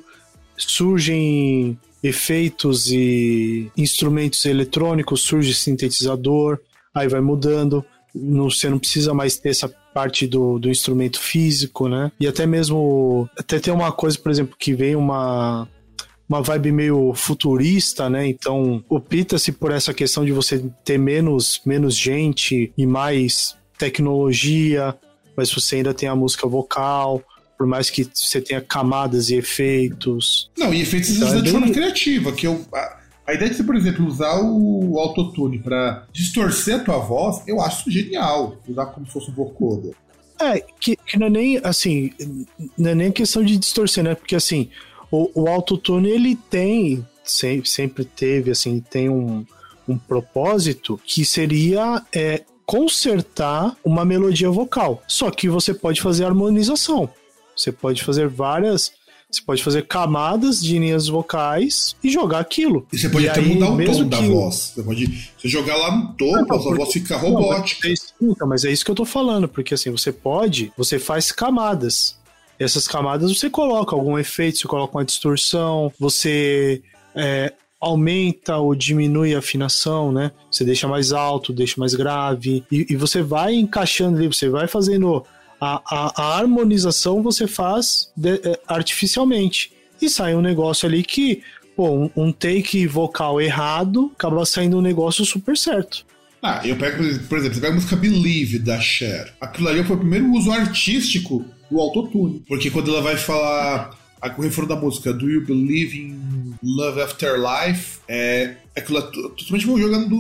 surgem efeitos e instrumentos eletrônicos, surge sintetizador, aí vai mudando, não, você não precisa mais ter essa parte do, do instrumento físico, né? E até mesmo, até tem uma coisa, por exemplo, que vem uma, uma vibe meio futurista, né? Então, opta-se por essa questão de você ter menos, menos gente e mais tecnologia, mas você ainda tem a música vocal, por mais que você tenha camadas e efeitos. Não, e efeitos então, é de bem... forma criativa, que eu... A... A ideia de você, por exemplo, usar o autotune pra distorcer a tua voz, eu acho genial. Usar como se fosse um vocoder. É, que, que não é nem, assim, não é nem questão de distorcer, né? Porque, assim, o, o autotune, ele tem, sempre, sempre teve, assim, tem um, um propósito que seria é, consertar uma melodia vocal. Só que você pode fazer harmonização. Você pode fazer várias... Você pode fazer camadas de linhas vocais e jogar aquilo. E você pode e até aí, mudar o tom da que... voz. Você pode você jogar lá no topo, não, não, a sua voz fica robótica. Não, mas, é isso, mas é isso que eu tô falando, porque assim, você pode, você faz camadas. Essas camadas você coloca algum efeito, você coloca uma distorção, você é, aumenta ou diminui a afinação, né? Você deixa mais alto, deixa mais grave, e, e você vai encaixando ali, você vai fazendo... A, a, a harmonização você faz de, é, artificialmente. E sai um negócio ali que, pô, um, um take vocal errado acaba saindo um negócio super certo. Ah, eu pego, por exemplo, você pega a música Believe da Cher. Aquilo ali foi o primeiro uso artístico do autotune. Porque quando ela vai falar o refrão da música Do You Believe in Love After Life, é aquilo totalmente jogando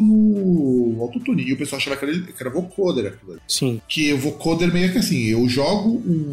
no autotune. E o pessoal achava que era, que era vocoder aquilo ali. Sim. Que o vocoder meio que assim, eu jogo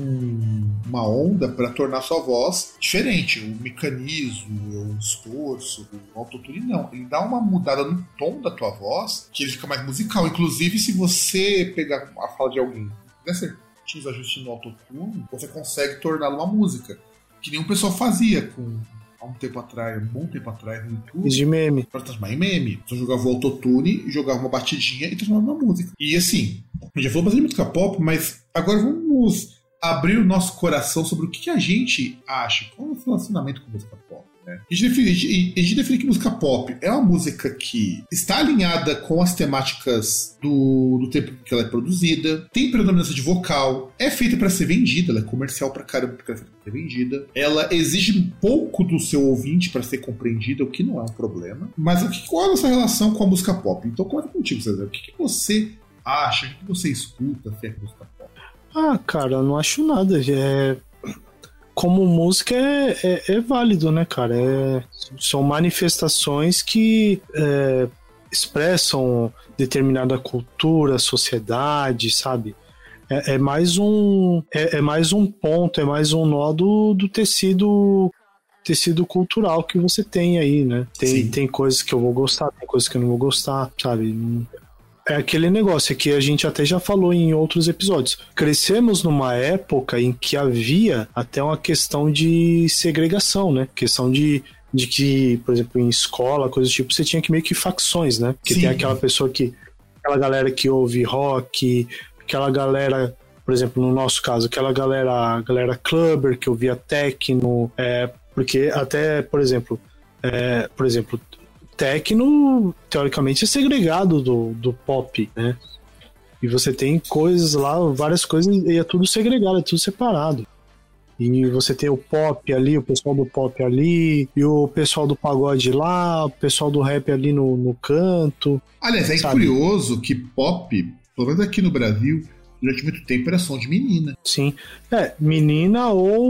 um, uma onda pra tornar sua voz diferente. Um mecanismo, um esforço, o autotune não. Ele dá uma mudada no tom da tua voz que ele fica mais musical. Inclusive, se você pegar a fala de alguém, der certinho os ajustes no autotune, você consegue torná-lo uma música. Que nem o pessoal fazia com, há um tempo atrás, um bom tempo atrás no YouTube. De meme. Pra transformar em meme. Então jogava o autotune, jogava uma batidinha e transformava numa música. E assim, a gente já falou bastante de música pop, mas agora vamos abrir o nosso coração sobre o que a gente acha. Qual é o relacionamento com música pop? Né? A gente define, a gente define que música pop é uma música que está alinhada com as temáticas do, do tempo que ela é produzida, tem predominância de vocal, é feita para ser vendida, ela é comercial pra caramba porque ela é feita pra ser vendida, ela exige pouco do seu ouvinte para ser compreendida, o que não é um problema. Mas qual é a nossa relação com a música pop? Então conta contigo, César. O que, que você acha, o que você escuta se é música pop? Ah, cara, eu não acho nada. É... Como música é, é, é válido, né, cara? É, são manifestações que é, expressam determinada cultura, sociedade, sabe? É, é, mais um, é, é mais um ponto, é mais um nó do, do tecido, tecido cultural que você tem aí, né? Tem, tem coisas que eu vou gostar, tem coisas que eu não vou gostar, sabe? É aquele negócio que a gente até já falou em outros episódios. Crescemos numa época em que havia até uma questão de segregação, né? Questão de, de que, por exemplo, em escola, coisas do tipo, você tinha que meio que facções, né? Porque Sim. tem aquela pessoa que... Aquela galera que ouve rock, aquela galera... Por exemplo, no nosso caso, aquela galera, a galera clubber que ouvia techno, é, porque até, por exemplo... É, por exemplo... Techno, teoricamente, é segregado do, do pop, né? E você tem coisas lá, várias coisas, e é tudo segregado, é tudo separado. E você tem o pop ali, o pessoal do pop ali, e o pessoal do pagode lá, o pessoal do rap ali no, no canto. Aliás, é sabe? Curioso que pop, pelo menos aqui no Brasil, durante muito tempo era som de menina. Sim. É, menina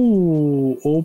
ou, ou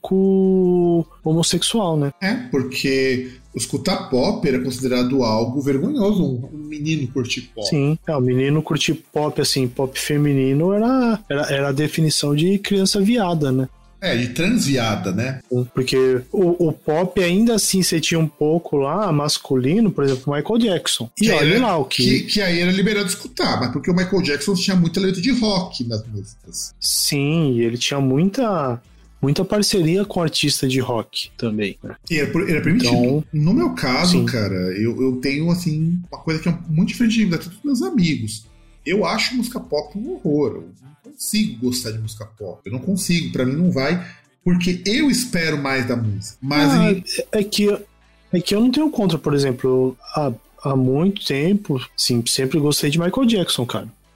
público homossexual, né? É, porque escutar pop era considerado algo vergonhoso, um, um menino curtir pop. Sim, é, o menino curtir pop, assim, pop feminino era, era, era a definição de criança viada, né? É, de transviada, né? Porque o, o pop ainda assim você tinha um pouco lá masculino, por exemplo, Michael Jackson. E que olha era, lá o que... que... Que aí era liberado de escutar, mas porque o Michael Jackson tinha muita letra de rock nas músicas. Sim, ele tinha muita... Muita parceria com artista de rock também, né? E era, era permitido. Então, no meu caso, sim. cara, eu, eu tenho, assim, uma coisa que é muito diferente da dos meus amigos. Eu acho música pop um horror. Eu não consigo gostar de música pop. Eu não consigo, pra mim não vai, porque eu espero mais da música. Mas ah, em... é, que, é que eu não tenho contra, por exemplo, há, há muito tempo, sim, sempre gostei de Michael Jackson, cara.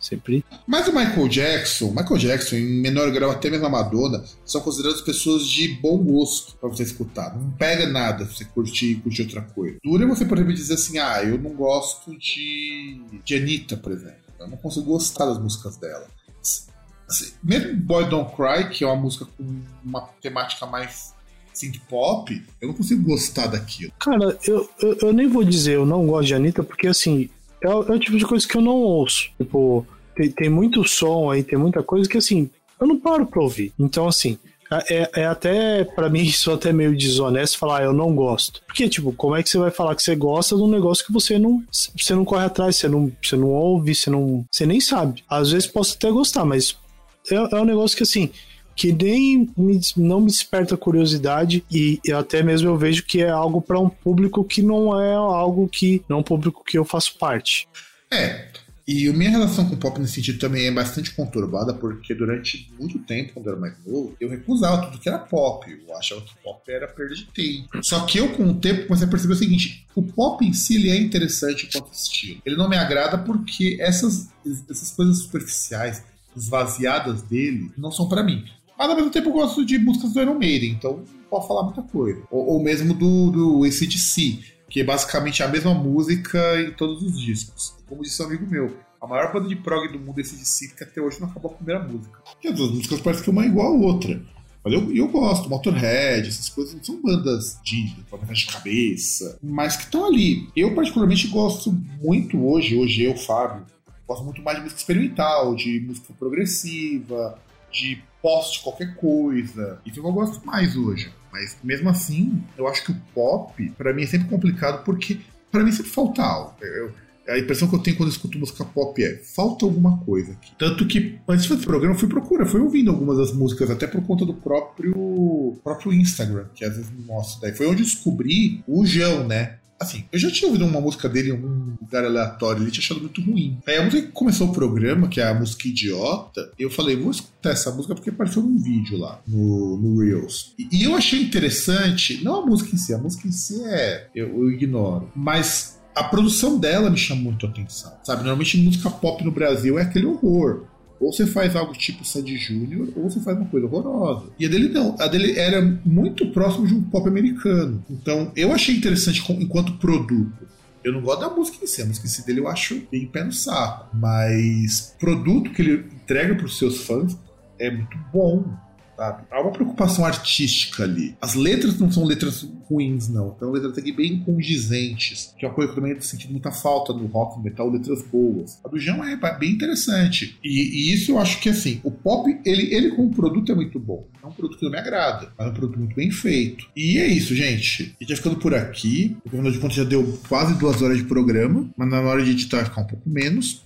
Sempre. Mas o Michael Jackson, Michael Jackson, em menor grau até mesmo a Madonna, são consideradas pessoas de bom gosto pra você escutar. Não pega nada se você curtir, curtir outra coisa. Dura você, por exemplo, dizer assim, ah, eu não gosto de, de Anitta, por exemplo. Eu não consigo gostar das músicas dela. Assim, mesmo Boy Don't Cry, que é uma música com uma temática mais synth pop, eu não consigo gostar daquilo. Cara, eu, eu, eu nem vou dizer eu não gosto de Anitta, porque assim, é o, é o tipo de coisa que eu não ouço. Tipo, tem, tem muito som aí, tem muita coisa que assim, eu não paro pra ouvir. Então assim, é, é até, pra mim, isso é até meio desonesto falar, ah, eu não gosto. Porque, tipo, como é que você vai falar que você gosta de um negócio que você não, você não corre atrás, você não, você não ouve, você, não, você nem sabe. Às vezes posso até gostar, mas é, é um negócio que assim, que nem me, não me desperta curiosidade e, e até mesmo eu vejo que é algo para um público que não é algo que, não é um público que eu faço parte. É, e a minha relação com o pop nesse sentido também é bastante conturbada, porque durante muito tempo, quando eu era mais novo, eu recusava tudo que era pop. Eu achava que pop era perda de tempo. Só que eu, com o tempo, comecei a perceber o seguinte: o pop em si ele é interessante enquanto estilo. Ele não me agrada porque essas, essas coisas superficiais, esvaziadas dele, não são pra mim. Mas ao mesmo tempo eu gosto de músicas do Iron Maiden, então não posso falar muita coisa. Ou, ou mesmo do, do A C D C, que é basicamente a mesma música em todos os discos. Como disse um amigo meu, a maior banda de prog do mundo é A C D C, que até hoje não acabou a primeira música. E as duas músicas parecem que uma é igual a outra. Mas eu, eu gosto, Motorhead, essas coisas não são bandas de, de cabeça, mas que estão ali. Eu particularmente gosto muito hoje, hoje eu, Fábio, gosto muito mais de música experimental, de música progressiva, de post qualquer coisa. Isso eu gosto mais hoje. Mas mesmo assim, eu acho que o pop, pra mim, é sempre complicado porque pra mim sempre falta algo. Eu, a impressão que eu tenho quando eu escuto música pop é falta alguma coisa aqui. Tanto que antes de fazer o programa eu fui procurar, fui ouvindo algumas das músicas, até por conta do próprio, próprio Instagram, que às vezes me mostra. Daí foi onde eu descobri o João, né? Assim, eu já tinha ouvido uma música dele em algum lugar aleatório, ele tinha achado muito ruim. Aí a música que começou o programa, que é a música Idiota, eu falei, vou escutar essa música porque apareceu num vídeo lá, no, no Reels. E, e eu achei interessante, não a música em si, a música em si é, eu, eu ignoro, mas a produção dela me chamou muito a atenção, sabe? Normalmente música pop no Brasil é aquele horror. Ou você faz algo tipo Sandy Júnior, ou você faz uma coisa horrorosa. E a dele não. A dele era muito próximo de um pop americano. Então, eu achei interessante enquanto produto. Eu não gosto da música em si. A música em si dele eu acho bem pé no saco. Mas o produto que ele entrega para os seus fãs é muito bom, sabe? Há uma preocupação artística ali. As letras não são letras ruins, não. São letras aqui bem condizentes, que é uma coisa que eu também senti muita falta no rock, no metal, letras boas. A do João é bem interessante. E, e isso eu acho que, assim, o pop, ele, ele como produto é muito bom. É um produto que não me agrada, mas é um produto muito bem feito. E é isso, gente. A gente vai ficando por aqui. O Afinal de Contas já deu quase duas horas de programa, mas na hora de editar vai ficar um pouco menos.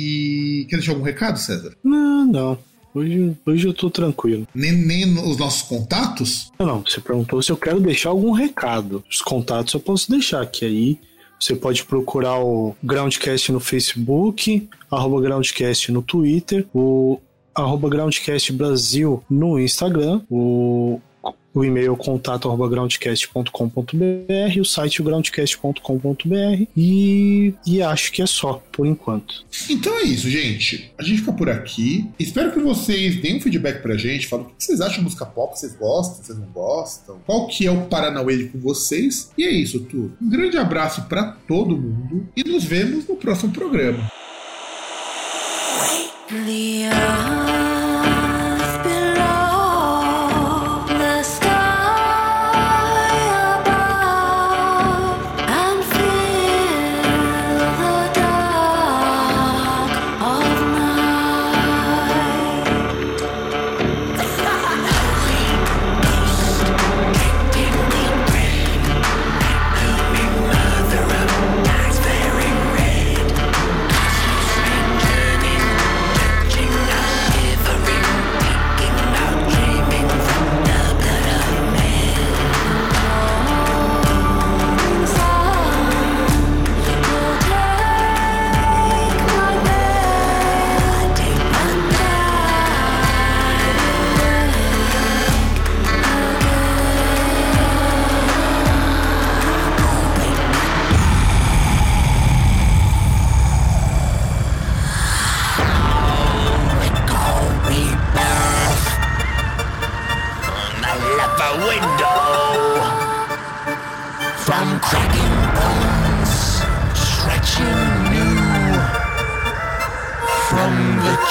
E quer deixar algum recado, César? Não, não. Hoje, hoje eu tô tranquilo. Nem, nem os nossos contatos? Não, não. Você perguntou se eu quero deixar algum recado. Os contatos eu posso deixar, que aí você pode procurar o Groundcast no Facebook, arroba Groundcast no Twitter, o arroba Groundcast Brasil no Instagram, o... o e-mail contato arroba groundcast ponto com ponto b r, o site groundcast ponto com ponto b r e, e acho que é só, por enquanto. Então é isso, gente. A gente fica por aqui. Espero que vocês deem um feedback pra gente, falem o que vocês acham de música pop, vocês gostam, vocês não gostam, qual que é o Paranauê com vocês. E é isso tudo. Um grande abraço pra todo mundo e nos vemos no próximo programa. Jingle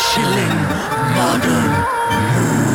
chilling modern mood.